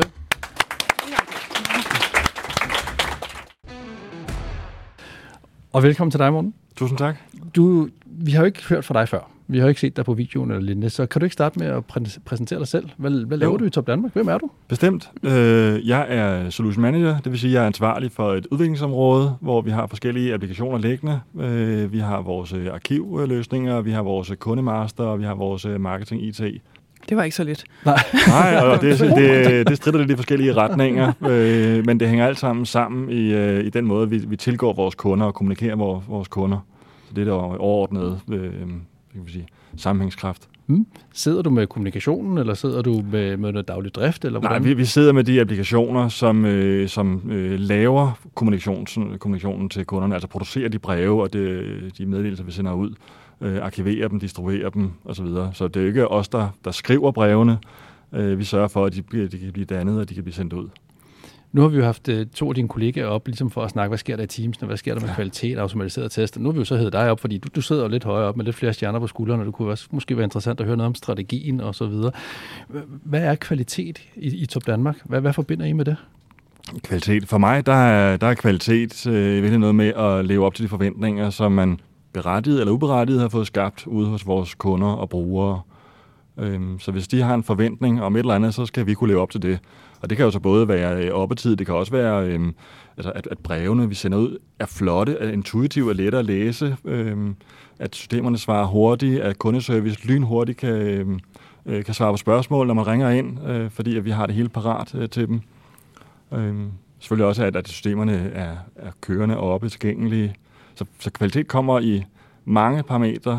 Og velkommen til dig, Morten.
Tusind tak.
Vi har jo ikke hørt fra dig før. Vi har ikke set dig på videoen eller lignende, så kan du ikke starte med at præsentere dig selv? Hvad laver du i Top Danmark? Hvem er du?
Bestemt. Jeg er Solution Manager, det vil sige, at jeg er ansvarlig for et udviklingsområde, hvor vi har forskellige applikationer liggende. Vi har vores arkivløsninger, vi har vores kundemaster, og vi har vores marketing IT.
Det var ikke så lidt.
Nej, og det strider lidt i forskellige retninger, men det hænger alt sammen i den måde, vi tilgår vores kunder og kommunikerer vores kunder. Så det er der overordnet sammenhængskraft.
Sidder du med kommunikationen, eller sidder du med noget daglig drift? Eller hvordan?
Nej, vi sidder med de applikationer, som laver kommunikationen til kunderne, altså producerer de breve og de meddelelser, vi sender ud, arkiverer dem, distribuerer dem osv. Så det er ikke os, der skriver brevene. Vi sørger for, at de kan blive dannet, og de kan blive sendt ud.
Nu har vi jo haft 2 af dine kollegaer op, ligesom for at snakke, hvad sker der i teamsene, hvad sker der med kvalitet, automatiseret tester. Nu har vi jo så heddet dig op, fordi du sidder jo lidt højere op med lidt flere stjerner på skuldrene, og det kunne også måske være interessant at høre noget om strategien og så videre. Hvad er kvalitet i Top Danmark? Hvad forbinder I med det?
Kvalitet. For mig, der er kvalitet virkelig noget med at leve op til de forventninger, som man berettiget eller uberettiget har fået skabt ude hos vores kunder og brugere. Så hvis de har en forventning om et eller andet, så skal vi kunne leve op til det. Og det kan jo så både være oppetid, det kan også være, at brevene, vi sender ud, er flotte, er intuitive, er lette at læse, at systemerne svarer hurtigt, at kundeservice lynhurtigt kan svare på spørgsmål, når man ringer ind, fordi at vi har det hele parat til dem. Selvfølgelig også, at systemerne er kørende og oppe tilgængelige. Så kvalitet kommer i mange parametre,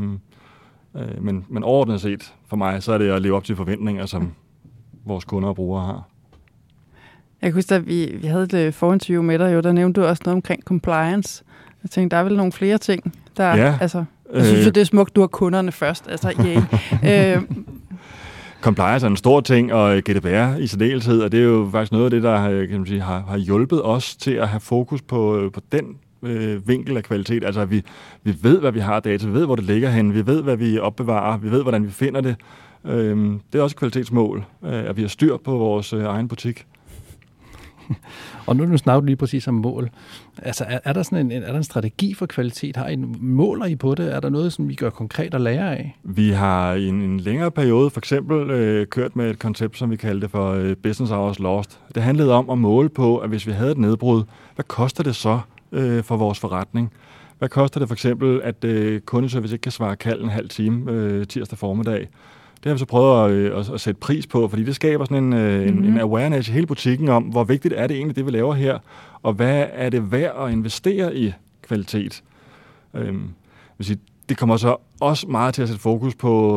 men overordnet set for mig, så er det at leve op til forventninger, som vores kunder og brugere har.
Jeg kan huske, at vi havde et forinterview med dig, der nævnte du også noget omkring compliance. Jeg tænkte, der er vel nogle flere ting, der...
Ja,
altså, jeg synes det er smukt, du har kunderne først. Altså,
Compliance er en stor ting, og GDPR i særdeleshed, og det er jo faktisk noget af det, der kan man sige, har hjulpet os til at have fokus på den vinkel af kvalitet. Altså, vi ved, hvad vi har af data, vi ved, hvor det ligger hen, vi ved, hvad vi opbevarer, vi ved, hvordan vi finder det. Det er også et kvalitetsmål, at vi har styr på vores egen butik.
Og nu snakker du lige præcis om mål. Altså, er der en strategi for kvalitet? Har I måler I på det? Er der noget, som vi gør konkret at lære af?
Vi har i en længere periode for eksempel kørt med et koncept, som vi kaldte for Business Hours Lost. Det handlede om at måle på, at hvis vi havde et nedbrud, hvad koster det så for vores forretning? Hvad koster det for eksempel, at kundeservice ikke kan svare kald en halv time tirsdag formiddag? Det har vi så prøvet at sætte pris på, fordi det skaber sådan en awareness i hele butikken om, hvor vigtigt er det egentlig, det vi laver her, og hvad er det værd at investere i kvalitet. Det kommer så også meget til at sætte fokus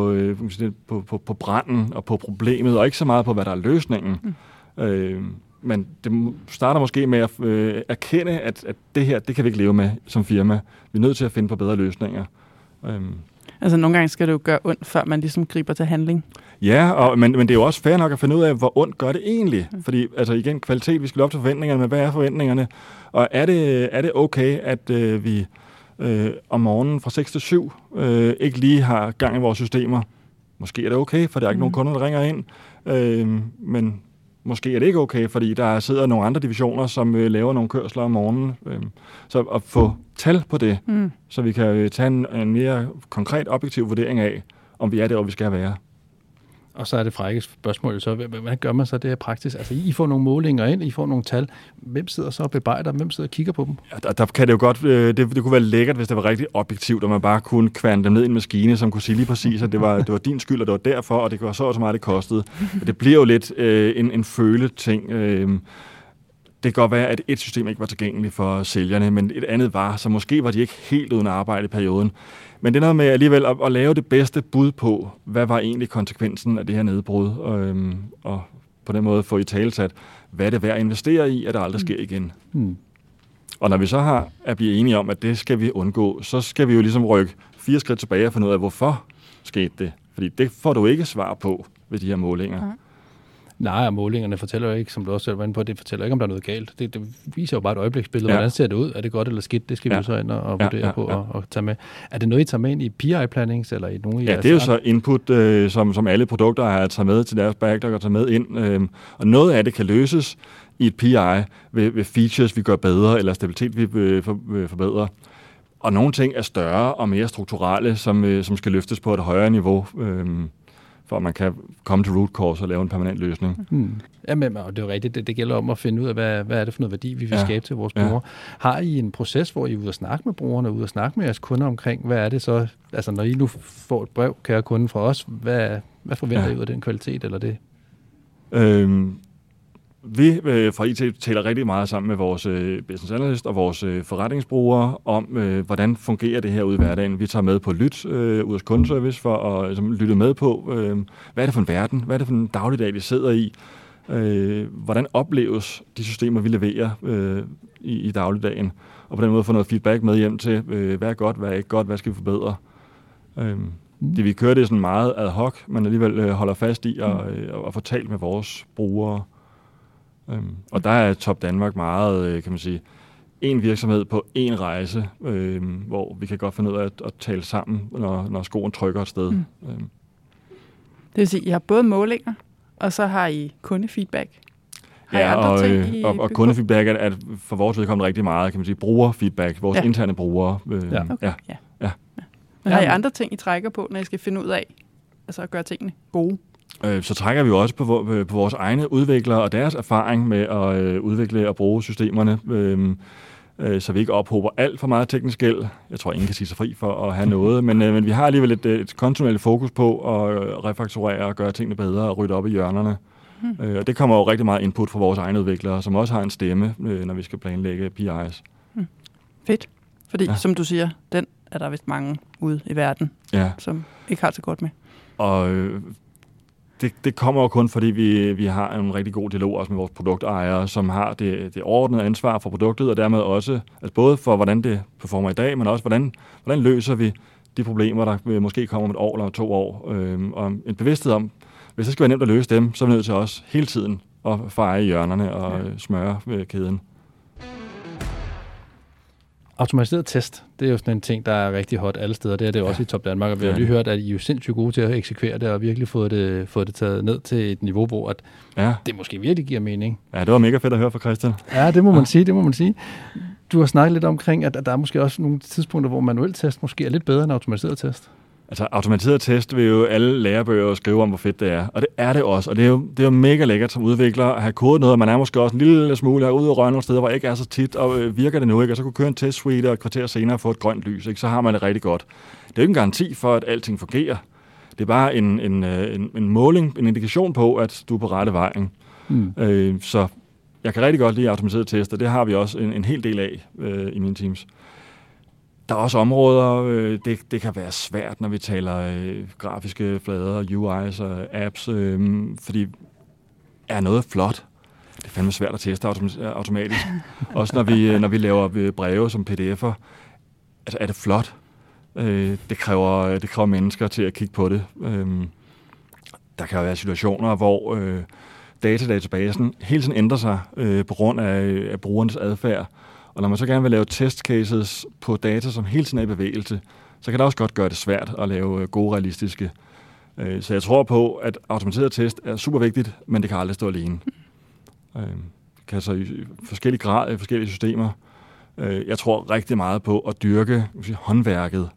på branden og på problemet, og ikke så meget på, hvad der er løsningen. Men det starter måske med at erkende, at det her, det kan vi ikke leve med som firma. Vi er nødt til at finde på bedre løsninger.
Altså nogle gange skal det jo gøre ondt, før man ligesom griber til handling.
Ja, men det er jo også fair nok at finde ud af, hvor ondt gør det egentlig. Fordi altså igen, kvalitet, vi skal op til forventningerne, men hvad er forventningerne? Og er det okay, at vi om morgenen fra 6 til 7 ikke lige har gang i vores systemer? Måske er det okay, for der er ikke nogen kunder, der ringer ind. Men måske er det ikke okay, fordi der sidder nogle andre divisioner, som laver nogle kørsler om morgenen. Så at få tal på det, så vi kan tage en mere konkret, objektiv vurdering af, om vi er der, hvor vi skal være.
Og så er det frække spørgsmål, så hvad gør man så det her praktisk? Altså, I får nogle målinger ind, I får nogle tal. Hvem sidder så og bearbejder? Hvem sidder og kigger på dem?
Ja, der kan det jo godt, det kunne være lækkert, hvis det var rigtig objektivt, og man bare kunne kværne dem ned i en maskine, som kunne sige lige præcis, at det var din skyld, og det var derfor, og det var så meget, det kostede. Det bliver jo lidt en føleting. Det kan godt være, at et system ikke var tilgængeligt for sælgerne, men et andet var, så måske var de ikke helt uden arbejde i perioden. Men det er noget med alligevel at lave det bedste bud på, hvad var egentlig konsekvensen af det her nedbrud, og på den måde få i talesat, hvad det er værd at investere i, at det aldrig sker igen. Og når vi så har at blive enige om, at det skal vi undgå, så skal vi jo ligesom rykke 4 skridt tilbage og finde ud af, hvorfor skete det. Fordi det får du ikke svar på ved de her målinger.
Nej, og målingerne fortæller jo ikke, som du også selv var inde på, det fortæller ikke, om der er noget galt. Det viser jo bare et øjebliksbillede. Hvordan ser det ud? Er det godt eller skidt? Det skal vi jo så ind og vurdere på og tage med. Er det noget, I tager med ind i PI-plannings eller i nogle af jeres?
Ja, det er jo så input, som alle produkter har taget med til deres backlog og taget med ind. Og noget af det kan løses i et PI ved features, vi gør bedre, eller stabilitet, vi forbedrer. Og nogle ting er større og mere strukturelle, som skal løftes på et højere niveau, for at man kan komme til root cause og lave en permanent løsning.
Jamen, og det er jo rigtigt. Det gælder om at finde ud af, hvad er det for noget værdi, vi vil skabe til vores brugere. Har I en proces, hvor I er ude at snakke med brugerne, ude at snakke med jeres kunder omkring, hvad er det så? Altså, når I nu får et brev, kære kunde fra os, hvad forventer I ud af den kvalitet, eller det?
Vi fra IT taler rigtig meget sammen med vores business analyst og vores forretningsbrugere om, hvordan fungerer det her ude i hverdagen. Vi tager med på lyt ud af kundeservice for at lytte med på, hvad er det for en verden, hvad er det for en dagligdag, de sidder i, hvordan opleves de systemer, vi leverer i dagligdagen, og på den måde få noget feedback med hjem til, hvad er godt, hvad er ikke godt, hvad skal vi forbedre. Vi kører det sådan meget ad hoc, men alligevel holder fast i at få talt med vores brugere. Og der er Top Danmark meget, kan man sige, en virksomhed på en rejse, hvor vi kan godt finde ud af at tale sammen, når skoen trykker et sted. Det
vil sige, I har både målinger, og så har I kundefeedback.
Og kundefeedback er for vores vedkommende rigtig meget, kan man sige, brugerfeedback, vores interne brugere.
Men har I andre ting, I trækker på, når I skal finde ud af, altså at gøre tingene gode?
Så trækker vi jo også på vores egne udviklere og deres erfaring med at udvikle og bruge systemerne, så vi ikke ophober alt for meget teknisk gæld. Jeg tror, ingen kan sige sig fri for at have noget, men vi har alligevel et kontinuerligt fokus på at refaktorere og gøre tingene bedre og rydde op i hjørnerne. Og det kommer jo rigtig meget input fra vores egne udviklere, som også har en stemme, når vi skal planlægge PI's.
Fedt, fordi som du siger, den er der vist mange ude i verden, som ikke har så godt med.
Og det kommer jo kun, fordi vi har en rigtig god dialog også med vores produktejere, som har det overordnede ansvar for produktet, og dermed også, altså både for, hvordan det performer i dag, men også, hvordan løser vi de problemer, der måske kommer om et år eller 2 år. Og en bevidsthed om, hvis det skal være nemt at løse dem, så er vi nødt til også hele tiden at feje hjørnerne og smøre kæden.
Automatiseret test, det er jo sådan en ting, der er rigtig hot alle steder. Det er det også i Top Danmark, og vi har lige hørt, at I er jo sindssygt gode til at eksekvere det, og virkelig fået det taget ned til et niveau, hvor at det måske virkelig giver mening.
Ja, det var mega fedt at høre fra Christian.
Ja, det må man sige. Du har snakket lidt omkring, at der er måske også nogle tidspunkter, hvor manuel test måske er lidt bedre end automatiseret test.
Altså, automatiseret test vil jo alle lærebøger skrive om, hvor fedt det er. Og det er det også. Og det er jo mega lækkert som udvikler at have kodet noget. Man er måske også en lille smule ude og røre nogle steder, hvor ikke er så tit, og virker det nu ikke. Og så kunne køre en testsuite og et kvarter senere få et grønt lys. Ikke? Så har man det rigtig godt. Det er jo ikke en garanti for, at alting fungerer. Det er bare en måling, en indikation på, at du er på rette vej. Så jeg kan rigtig godt lide automatiseret tester. Det har vi også en hel del af i mine teams. Der er også områder, det kan være svært, når vi taler grafiske flader, UI's og apps, fordi er noget flot. Det er fandme svært at teste automatisk. Også når vi laver breve som pdf'er. Altså, er det flot? Det kræver mennesker til at kigge på det. Der kan være situationer, hvor datadatabasen hele tiden ændrer sig på grund af brugernes adfærd. Og når man så gerne vil lave testcases på data, som hele tiden er i bevægelse, så kan det også godt gøre det svært at lave gode, realistiske. Så jeg tror på, at automatiseret test er super vigtigt, men det kan aldrig stå alene. Kan så i forskellige grad, i forskellige systemer. Jeg tror rigtig meget på at dyrke håndværket.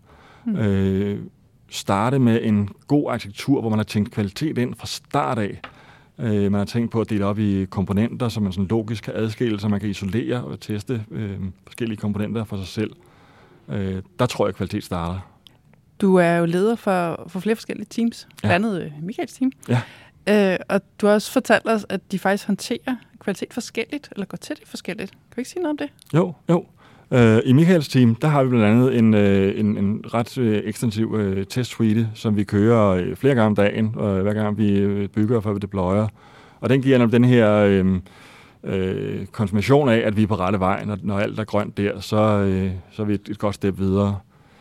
Starte med en god arkitektur, hvor man har tænkt kvalitet ind fra start af. Man har tænkt på at dele op i komponenter, så man sådan logisk kan adskille, så man kan isolere og teste forskellige komponenter for sig selv. Der tror jeg, at kvalitet starter.
Du er jo leder for flere forskellige teams, blandt andet Michaels team.
Ja.
Og du har også fortalt os, at de faktisk håndterer kvalitet forskelligt, eller går til det forskelligt. Kan du ikke sige noget om det?
Jo. I Michaels team, der har vi blandt andet en ret ekstensiv testsuite, som vi kører flere gange om dagen, hver gang vi bygger, før vi deployer. Og den giver den her konfirmation af, at vi er på rette vej. Når alt er grønt der, så er vi et godt step videre.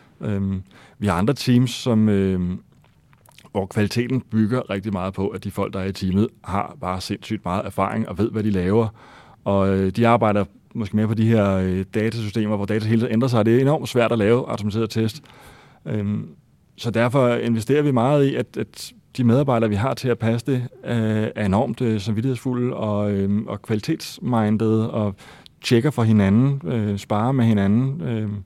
Vi har andre teams, hvor kvaliteten bygger rigtig meget på, at de folk, der er i teamet, har bare sindssygt meget erfaring og ved, hvad de laver. Og de arbejder måske mere på de her datasystemer, hvor data hele tiden ændrer sig. Det er enormt svært at lave automatiseret test. Så derfor investerer vi meget i, at de medarbejdere, vi har til at passe det, er enormt samvittighedsfulde og kvalitetsmindede og tjekker for hinanden, sparer med hinanden.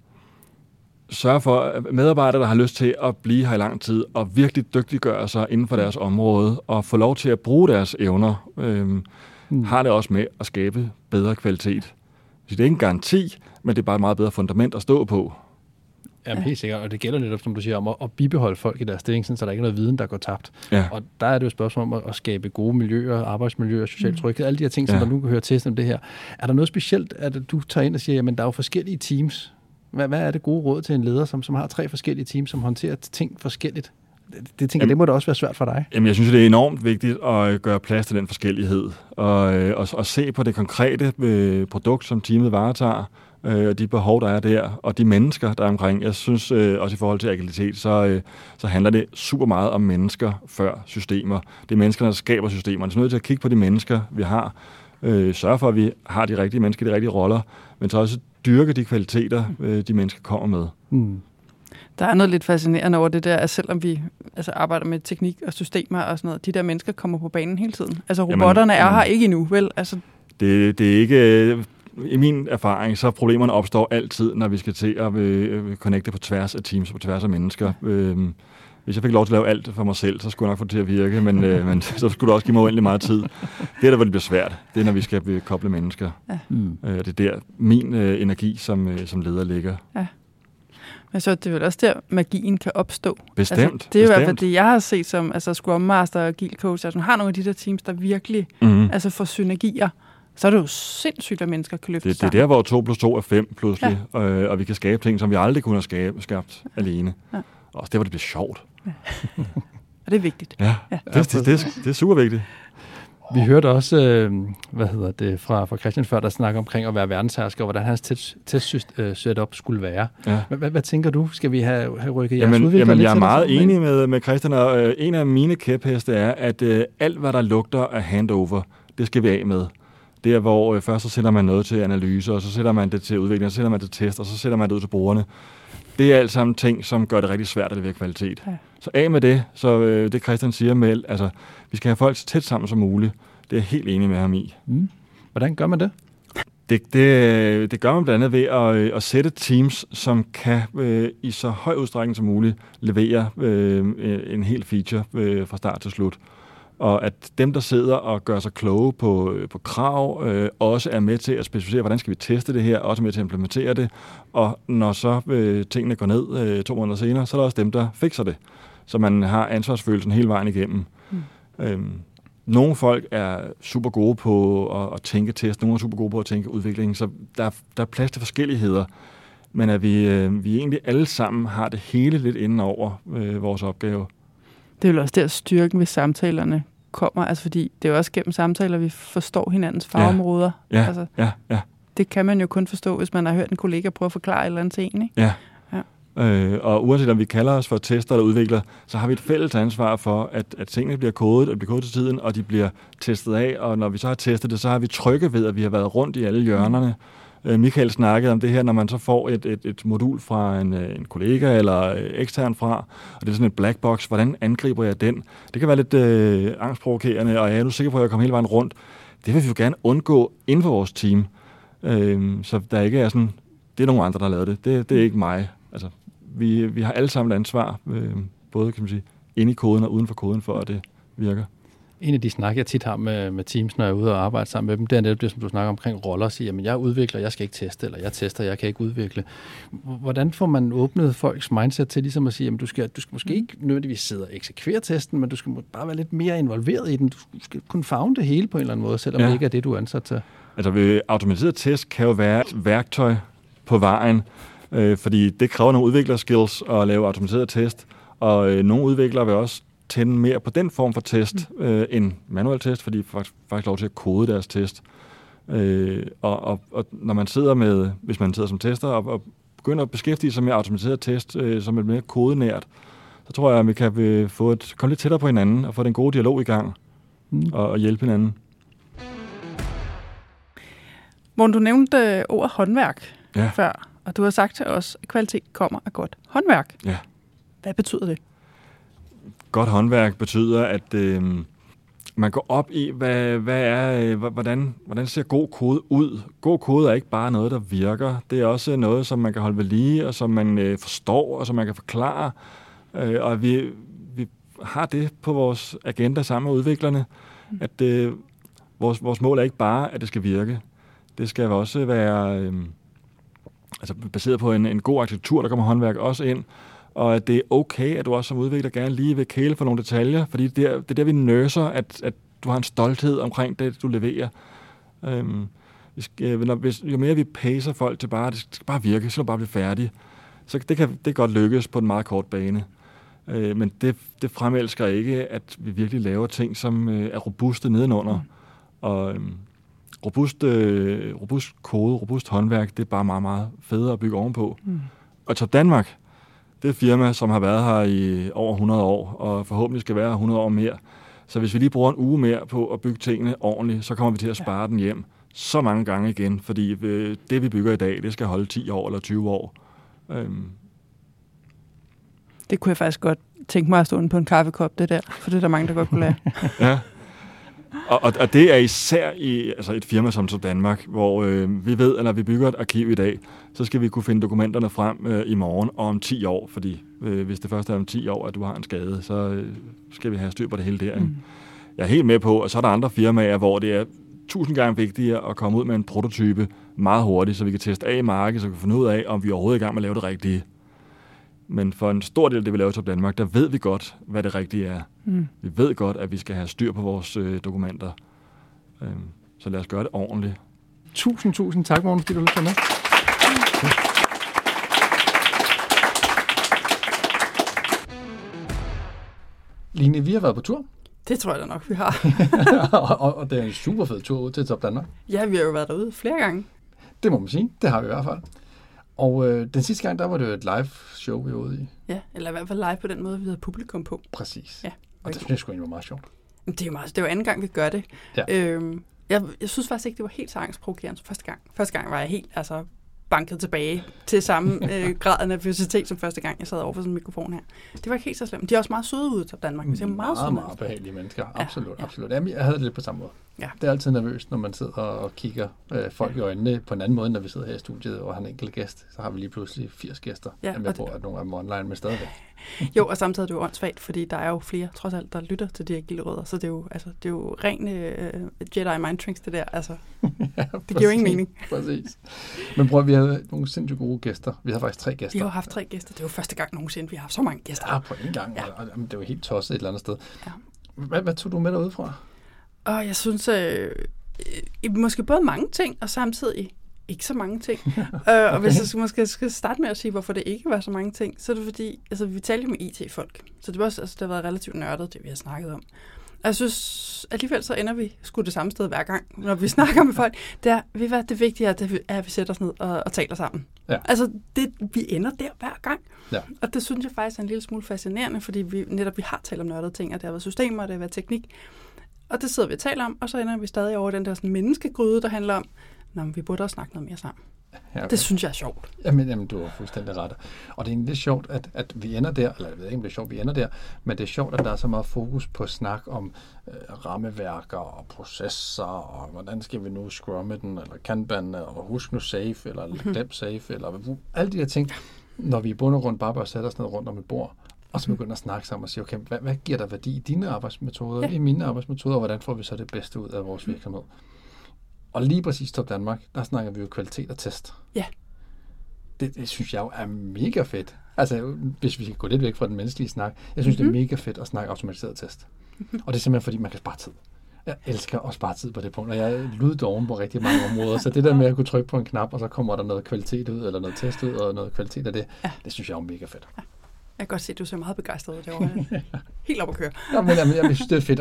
Sørger for, at medarbejdere, der har lyst til at blive her i lang tid og virkelig dygtiggøre sig inden for deres område og få lov til at bruge deres evner, har det også med at skabe bedre kvalitet. Så det er ikke en garanti, men det er bare et meget bedre fundament at stå på.
Jamen helt sikkert, og det gælder netop, som du siger, om at bibeholde folk i deres stilling, så der ikke er noget viden, der går tabt.
Ja.
Og der er det jo et spørgsmål om at skabe gode miljøer, arbejdsmiljøer, social tryghed, alle de her ting, som der nu kan høre til om det her. Er der noget specielt, at du tager ind og siger, jamen der er jo forskellige teams. Hvad er det gode råd til en leder, som har 3 forskellige teams, som håndterer ting forskelligt? Det tænker jeg, det må da også være svært for dig. Jamen,
jeg synes, det er enormt vigtigt at gøre plads til den forskellighed, og se på det konkrete produkt, som teamet varetager, og de behov, der er der, og de mennesker, der er omkring. Jeg synes også i forhold til agilitet, så handler det super meget om mennesker før systemer. Det er mennesker, der skaber systemerne. Så nødt til at kigge på de mennesker, vi har. Sørge for, at vi har de rigtige mennesker, de rigtige roller, men så også dyrke de kvaliteter, de mennesker kommer med.
Der er noget lidt fascinerende over det der, at selvom vi arbejder med teknik og systemer og sådan noget, de der mennesker kommer på banen hele tiden. Altså robotterne er her ikke endnu, vel? Altså
det er ikke... I min erfaring, så problemerne opstår altid, når vi skal til at connecte på tværs af teams og på tværs af mennesker. Hvis jeg fik lov til at lave alt for mig selv, så skulle jeg nok få det til at virke, men så skulle det også give mig uendelig meget tid. Det er der, hvor det bliver svært. Det er, når vi skal koble mennesker. Ja. Det er der, min energi som leder ligger. Ja.
Men så det er vel også der, magien kan opstå.
Bestemt.
Altså, det er jo i hvert fald det, jeg har set som Scrum Master og Agile Coach. Altså, har nogle af de der teams, der virkelig får synergier. Så er det jo sindssygt, at mennesker kan løfte
det er der, hvor 2 + 2 er 5 pludselig, og vi kan skabe ting, som vi aldrig kunne have skabt alene. Ja. Også der, hvor det bliver sjovt.
Ja. Og det er vigtigt.
Ja. Det er super vigtigt.
Vi hørte også, fra Christian før, der snakker omkring at være verdenshersker, og hvordan hans test-setup skulle være. Ja. Hvad tænker du? Skal vi have rykket jeres udvikling?
Jamen, jeg er meget enig med Christian, og en af mine kæpheste er, at alt, hvad der lugter af handover, det skal vi af med. Der, hvor først så sætter man noget til analyse, og så sætter man det til udvikling, og så sætter man det til test, og så sætter man det ud til brugerne. Det er alt sammen ting, som gør det rigtig svært at levere kvalitet. Ja. Så af med det, så det Christian siger med, altså, vi skal have folk så tæt sammen som muligt. Det er jeg helt enig med ham i.
Hvordan gør man det?
Det gør man blandt andet ved at sætte teams, som kan i så høj udstrækning som muligt levere en hel feature fra start til slut. Og at dem, der sidder og gør sig kloge på krav, også er med til at specificere, hvordan skal vi teste det her, også med til at implementere det. Og når så tingene går ned 2 måneder senere, så er der også dem, der fikser det. Så man har ansvarsfølelsen hele vejen igennem. Nogle folk er super gode på at tænke test, nogle er super gode på at tænke udvikling, så der er plads til forskelligheder. Men at vi egentlig alle sammen har det hele lidt inden over vores opgave.
Det er jo også der styrken ved samtalerne kommer, altså fordi det er jo også gennem samtaler, vi forstår hinandens fagområder.
Ja,
altså,
ja.
Det kan man jo kun forstå, hvis man har hørt en kollega prøve at forklare et eller andet til en, ikke?
Ja. Og uanset om vi kalder os for tester eller udvikler, så har vi et fælles ansvar for, at tingene bliver kodet, og bliver kodet til tiden, og de bliver testet af, og når vi så har testet det, så har vi trygge ved, at vi har været rundt i alle hjørnerne. Michael snakkede om det her, når man så får et modul fra en kollega eller ekstern fra, og det er sådan en black box, hvordan angriber jeg den? Det kan være lidt angstprovokerende, og jeg er nu sikker på, at jeg kommer hele vejen rundt. Det vil vi jo gerne undgå inden for vores team, så der ikke er sådan, det er nogle andre, der har lavet det. Det er ikke mig. Altså, vi har alle sammen et ansvar, både kan man sige, inde i koden og uden for koden, for at det virker.
En af de snak, jeg tit har med teams, når jeg er ude og arbejde sammen med dem, det er netop det, som du snakker omkring roller, og siger, at jeg udvikler, jeg skal ikke teste, eller jeg tester, jeg kan ikke udvikle. Hvordan får man åbnet folks mindset til ligesom at sige, at du skal måske ikke nødvendigvis sidde og eksekvere testen, men du skal bare være lidt mere involveret i den. Du skal kunne favne det hele på en eller anden måde, selvom det ikke er det, du er ansat til.
Altså, automatiseret test kan jo være et værktøj på vejen, fordi det kræver nogle udviklerskills at lave automatiseret test, og nogle udviklere vil også tænde mere på den form for test end manuel test, fordi de faktisk lov til at kode deres test. Og når man sidder hvis man sidder som tester og begynder at beskæftige sig med automatiseret test, som er mere kodenært, så tror jeg, at vi kan komme lidt tættere på hinanden og få den gode dialog i gang og hjælpe hinanden.
Morten, du nævnte ordet håndværk før, og du har sagt til os, at kvalitet kommer af godt håndværk.
Ja.
Hvad betyder det?
Godt håndværk betyder, at man går op i, hvordan ser god kode ud. God kode er ikke bare noget, der virker. Det er også noget, som man kan holde ved lige, og som man forstår, og som man kan forklare. Og vi har det på vores agenda sammen med udviklerne, at vores mål er ikke bare, at det skal virke. Det skal også være baseret på en god arkitektur, der kommer håndværk også ind. Og at det er okay, at du også som udvikler gerne lige vil kæle for nogle detaljer, fordi det er der, vi nøser, at du har en stolthed omkring det, du leverer. Jo mere vi pacer folk til bare, det skal bare virke, så skal du bare blive færdig, så det kan godt lykkes på en meget kort bane. Men det fremelsker ikke, at vi virkelig laver ting, som er robuste nedenunder. Og robust kode, robust håndværk, det er bare meget, meget federe at bygge ovenpå. Og Top Danmark, det er et firma, som har været her i over 100 år, og forhåbentlig skal være 100 år mere. Så hvis vi lige bruger en uge mere på at bygge tingene ordentligt, så kommer vi til at spare den hjem så mange gange igen, fordi det, vi bygger i dag, det skal holde 10 år eller 20 år.
Det kunne jeg faktisk godt tænke mig at stå på en kaffekop, det der, for det er der mange, der godt kunne lære.
Ja. Og det er især i et firma som Danmark, hvor vi ved, at når vi bygger et arkiv i dag, så skal vi kunne finde dokumenterne frem i morgen og om 10 år, fordi hvis det først er om 10 år, at du har en skade, så skal vi have styr på det hele der. Jeg er helt med på, og så er der andre firmaer, hvor det er 1000 gange vigtigere at komme ud med en prototype meget hurtigt, så vi kan teste af i markedet, så vi kan finde ud af, om vi overhovedet er i gang med at lave det rigtige. Men for en stor del af det, vi laver i Top Danmark, der ved vi godt, hvad det rigtige er. Vi ved godt, at vi skal have styr på vores dokumenter. Så lad os gøre det ordentligt.
Tusind tak, Morten, fordi du lytter med. Line, vi har været på tur.
Det tror jeg da nok, vi har.
og det er en super fed tur ud til Top Danmark.
Ja, vi har jo været derude flere gange.
Det må man sige. Det har vi i hvert fald. Og den sidste gang, der var det jo et live show, vi var ude i.
Ja, eller i hvert fald live på den måde, vi havde publikum på.
Præcis.
Ja,
og det synes jeg sgu egentlig var meget sjovt.
Det er jo anden gang, vi gør det.
Ja.
Jeg synes faktisk ikke, det var helt så angstprovokerende som første gang. Første gang var jeg helt banket tilbage til samme grad af nervøsitet som første gang, jeg sad over for sådan en mikrofon her. Det var ikke helt så slemt. De er også meget søde ude i Top Danmark. Vi ser meget
behagelige mennesker. Absolut. Jamen, jeg havde det lidt på samme måde. Ja. Det er altid nervøst, når man sidder og kigger folk i øjnene på en anden måde, når vi sidder her i studiet og har en enkelt gæst. Så har vi lige pludselig 80 gæster. Jeg er med på, at nogle af dem online med stadigvæk.
Jo, og samtidig er det jo åndssvagt, fordi der er jo flere, trods alt, der lytter til de her gilderødder. Så det er jo ren Jedi mind tricks, det der. Altså, det giver jo ingen mening.
Præcis. Men prøv, vi havde nogle sindssygt gode gæster. Vi havde faktisk 3 gæster.
Vi har haft 3 gæster. Det er jo første gang nogensinde, vi har haft så mange gæster.
Ja, på en gang. Ja. Det var helt tosset et eller andet sted. Ja. Hvad tog du med derude fra?
Jeg synes, måske både mange ting, og samtidig ikke så mange ting. Og hvis jeg måske skal starte med at sige, hvorfor det ikke var så mange ting, så er det fordi, vi talte jo med IT-folk. Så det var også, det har været relativt nørdet, det vi har snakket om. Og jeg synes, alligevel så ender vi sgu det samme sted hver gang, når vi snakker med folk. Det vigtige er, at vi sætter os ned og taler sammen. Ja. Altså, vi ender der hver gang. Ja. Og det synes jeg faktisk er en lille smule fascinerende, fordi vi har talt om nørdede ting, og det har været systemer, og det har været teknik. Og det sidder vi og taler om, og så ender vi stadig over den der sådan menneskegryde, der handler om, vi burde også snakke noget mere sammen. Ja, okay. Det synes jeg er sjovt.
Jamen, du har fuldstændig ret. Og det er egentlig sjovt, at vi ender der, eller jeg ved ikke, om det er sjovt, vi ender der, men det er sjovt, at der er så meget fokus på snak om rammeværker og processer, og hvordan skal vi nu scrumme den, eller Kanban, og husk nu safe, eller glem safe, eller alle de her ting, når vi i bund og grund bare bør sætte os ned rundt om et bord, og så begynder at snakke sammen og sige, okay, hvad giver der værdi i dine arbejdsmetoder, i mine arbejdsmetoder, og hvordan får vi så det bedste ud af vores virksomhed? Og lige præcis Top Danmark, der snakker vi jo kvalitet og test.
Ja.
Det synes jeg jo er mega fedt. Altså, hvis vi kan gå lidt væk fra den menneskelige snak, jeg synes, det er mega fedt at snakke automatiseret test. Og det er simpelthen, fordi man kan spare tid. Jeg elsker at spare tid på det punkt, og jeg er lyddoven på rigtig mange områder, så det der med at kunne trykke på en knap, og så kommer der noget kvalitet ud, eller noget test ud, og noget kvalitet af det, det synes jeg er mega fedt. Ja.
Jeg kan godt se, at du ser meget begejstret ud derovre. Helt op at køre.
Jeg synes, det er fedt,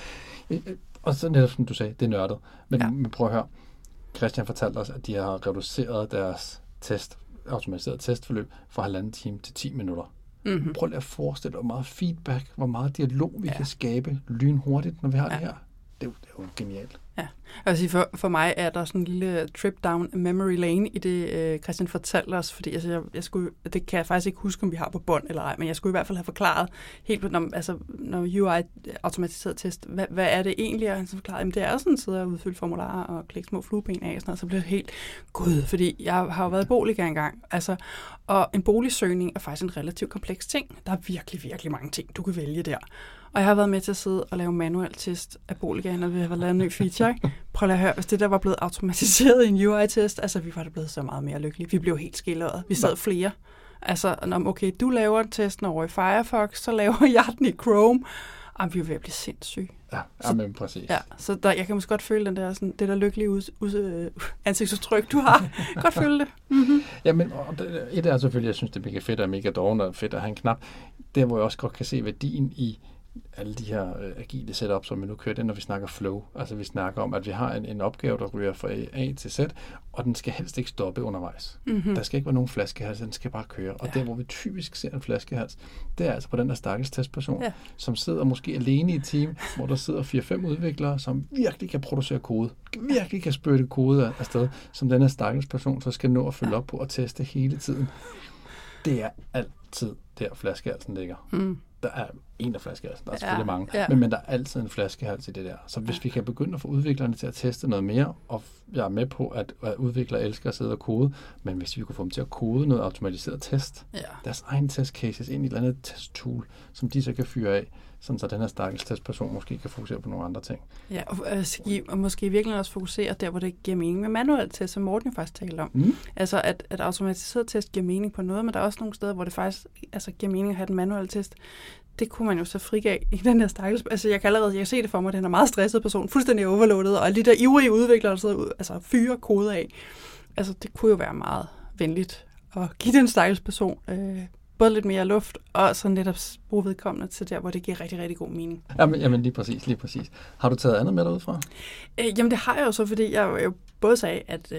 og så netop som du sagde, det er nørdet. Men prøv at høre. Christian fortalte os, at de har reduceret deres automatiseret testforløb fra 1,5 time til 10 minutter. Mm-hmm. Prøv lige at forestille dig, hvor meget feedback, hvor meget dialog vi kan skabe lynhurtigt, når vi har det her. Det er jo genialt.
Ja, jeg vil sige, for mig er der sådan en lille trip down memory lane i det, Christian fortalte os, fordi altså, jeg skulle, det kan jeg faktisk ikke huske, om vi har på bånd eller ej, men jeg skulle i hvert fald have forklaret helt, når UI automatiseret test, hvad er det egentlig, og han så forklarede, at det er sådan at sidde og udfylde formularer og klikke små flueben af, og så blev det helt gud, fordi jeg har jo været boliger engang, altså, og en boligsøgning er faktisk en relativt kompleks ting. Der er virkelig, virkelig mange ting, du kan vælge der. Og jeg har været med til at sidde og lave manuel test af boliger, når vi har lavet en ny feature. Prøv at høre, hvis det der var blevet automatiseret i en UI-test, altså vi var da blevet så meget mere lykkelige. Vi blev helt skilleret. Vi sad flere. Altså, okay, du laver testen over i Firefox, så laver jeg den i Chrome. Jamen, vi er ved at blive sindssyge.
Ja, men præcis.
Ja, så jeg kan måske godt føle den der, sådan, det der lykkelige ansigtsudtryk, du har. Godt føle det. Mm-hmm.
Jamen, et er selvfølgelig, jeg synes, det er mega fedt og mega doven og fedt at have en knap. Der, hvor jeg også godt kan se værdien i alle de her agile setup, som vi nu kører det, når vi snakker flow. Altså vi snakker om, at vi har en opgave, der ryger fra A til Z, og den skal helst ikke stoppe undervejs. Mm-hmm. Der skal ikke være nogen flaskehals, den skal bare køre. Og der, hvor vi typisk ser en flaskehals, det er altså på den der stakkels testperson, som sidder måske alene i et team, hvor der sidder 4-5 udviklere, som virkelig kan producere kode, virkelig kan spytte kode afsted, som den her stakkels person så skal nå at følge op på og teste hele tiden. Det er altid der flaskehalsen ligger. Mm. Der er en af flaskehalsen, der er selvfølgelig mange, men der er altid en flaskehals i det der. Så hvis vi kan begynde at få udviklerne til at teste noget mere, og jeg er med på, at udviklere elsker at sidde og kode, men hvis vi kunne få dem til at kode noget automatiseret test, deres egen testcases ind i et eller andet testtool, som de så kan fyre af, sådan så den her stakkels testperson måske kan fokusere på nogle andre ting. Ja,
og måske virkelig også fokusere der, hvor det giver mening med manuelt test, som Morten faktisk taler om. Mm. Altså, at automatiseret test giver mening på noget, men der er også nogle steder, hvor det faktisk giver mening at have den manuelle test. Det kunne man jo så frigive i den her stakkels. Altså, jeg kan se det for mig, at den er meget stresset person, fuldstændig overloadet, og alle de der ivrige udviklere, der sidder ud, fyre koder af. Altså, det kunne jo være meget venligt at give den stakkels person både lidt mere luft, og så netop bruge vedkommende til der, hvor det giver rigtig, rigtig god mening.
Jamen lige præcis. Har du taget andet med derudfra?
Jamen det har jeg jo så, fordi jeg jo både sagde, at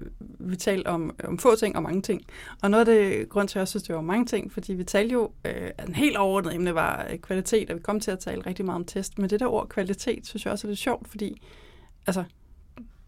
vi talte om få ting og mange ting. Og noget af det grund til, at jeg synes, det var mange ting, fordi vi talte jo, at en helt overordnet emne var kvalitet, og vi kom til at tale rigtig meget om test. Men det der ord kvalitet, synes jeg også er lidt sjovt, fordi altså,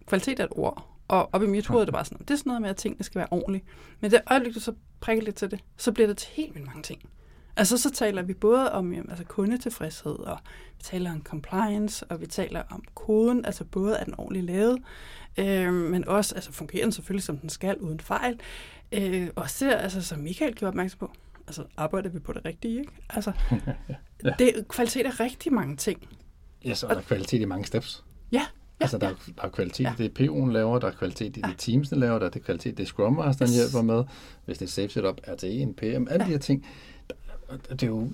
kvalitet er et ord, og op i mit hoved er det bare sådan, det er sådan noget med, at tingene skal være ordentlige. Men det øjeblik, du så prikker lidt til det, så bliver det til helt vildt mange ting. Altså så taler vi både om kundetilfredshed, og vi taler om compliance, og vi taler om koden, altså både er den ordentligt lavet, men også altså fungerer den selvfølgelig, som den skal, uden fejl. Og så, altså, som Michael gjorde opmærksom på, altså arbejder vi på det rigtige, ikke? Altså, kvalitet er rigtig mange ting.
Ja, så er der kvalitet i mange steps.
Ja.
Altså, der er kvalitet i det, PO'en laver, der er kvalitet i det, teamsene laver, der er det kvalitet, det Scrum Masteren hjælper med, hvis det er Safe Setup, RTE, PM, alle de her ting. Det er jo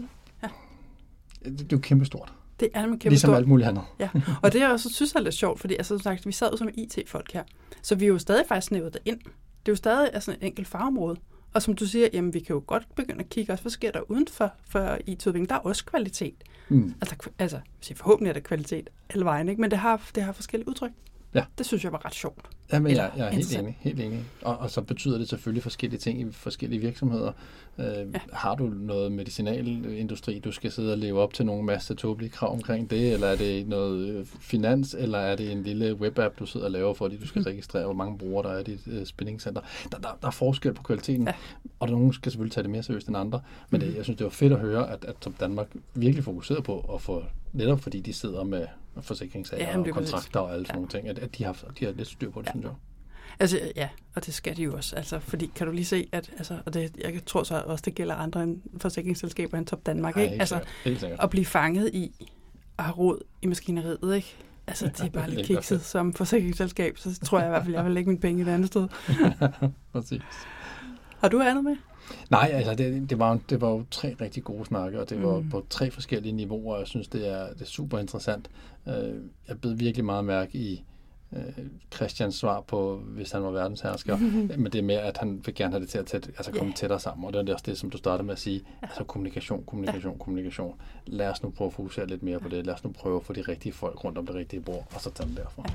kæmpestort.
Det er kæmpestort.
Ligesom alt muligt andet.
Ja, og det jeg også synes er lidt sjovt, fordi altså, som sagt, vi sad jo som IT-folk her, så vi er jo stadig faktisk snævet det ind. Det er jo stadig altså, et enkelt fagområde. Og som du siger, jamen, vi kan jo godt begynde at kigge også, hvad sker der uden for IT-udvikling. Der er også kvalitet. Altså forhåbentlig er der kvalitet alle vejen, ikke? Men det har forskellige udtryk. Ja. Det synes jeg var ret sjovt.
Jamen, jeg er helt enig. Og så betyder det selvfølgelig forskellige ting i forskellige virksomheder. Har du noget medicinalindustri, du skal sidde og leve op til nogle masse tåbelige krav omkring det, eller er det noget finans, eller er det en lille webapp, du sidder og laver, fordi du skal registrere, hvor mange brugere der er i dit spændingscenter. Der er forskel på kvaliteten, og nogen skal selvfølgelig tage det mere seriøst end andre, men jeg synes, det var fedt at høre, at Top Danmark virkelig fokuserede på at få, netop fordi de sidder med forsikringssager og kontrakter og alle sådan nogle ting, at de har lidt styr på det, synes jeg.
Altså, ja, og det skal de jo også. Altså, fordi kan du lige se, at altså, og det, jeg tror så også, det gælder andre end forsikringsselskaber end Top Danmark, ikke? Altså, at blive fanget i at have råd i maskineriet, ikke? Altså, det er bare lidt kikset som forsikringsselskab, så tror jeg i hvert fald, jeg vil lægge mine penge et andet sted.
Præcis.
Har du andet med?
Nej, altså det var jo 3 rigtig gode snakke, og det var på 3 forskellige niveauer, og jeg synes, det er super interessant. Jeg bed virkelig meget mærke i Christians svar på, hvis han var verdenshersker, men det er mere, at han vil gerne have det til at komme tættere sammen, og det er også det, som du startede med at sige, altså kommunikation. Lad os nu prøve at fokusere lidt mere på det, lad os nu prøve at få de rigtige folk rundt om det rigtige bord, og så tage dem derfra.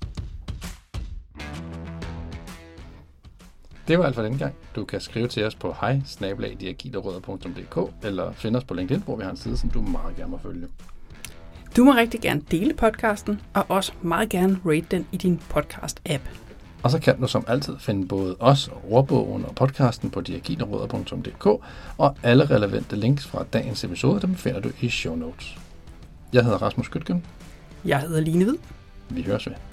Det var alt for denne gang. Du kan skrive til os på hej@diagilerødder.dk eller finde os på LinkedIn, hvor vi har en side, som du meget gerne må følge.
Du må rigtig gerne dele podcasten, og også meget gerne rate den i din podcast-app.
Og så kan du som altid finde både os og ordbogen og podcasten på diagilerødder.dk, og alle relevante links fra dagens episode, dem finder du i show notes. Jeg hedder Rasmus Skytgen.
Jeg hedder Line Hvid.
Vi høres ved.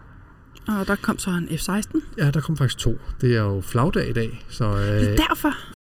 Og der kom så en F-16.
Ja, der kom faktisk 2. Det er jo flagdag i dag. Så,
det er derfor.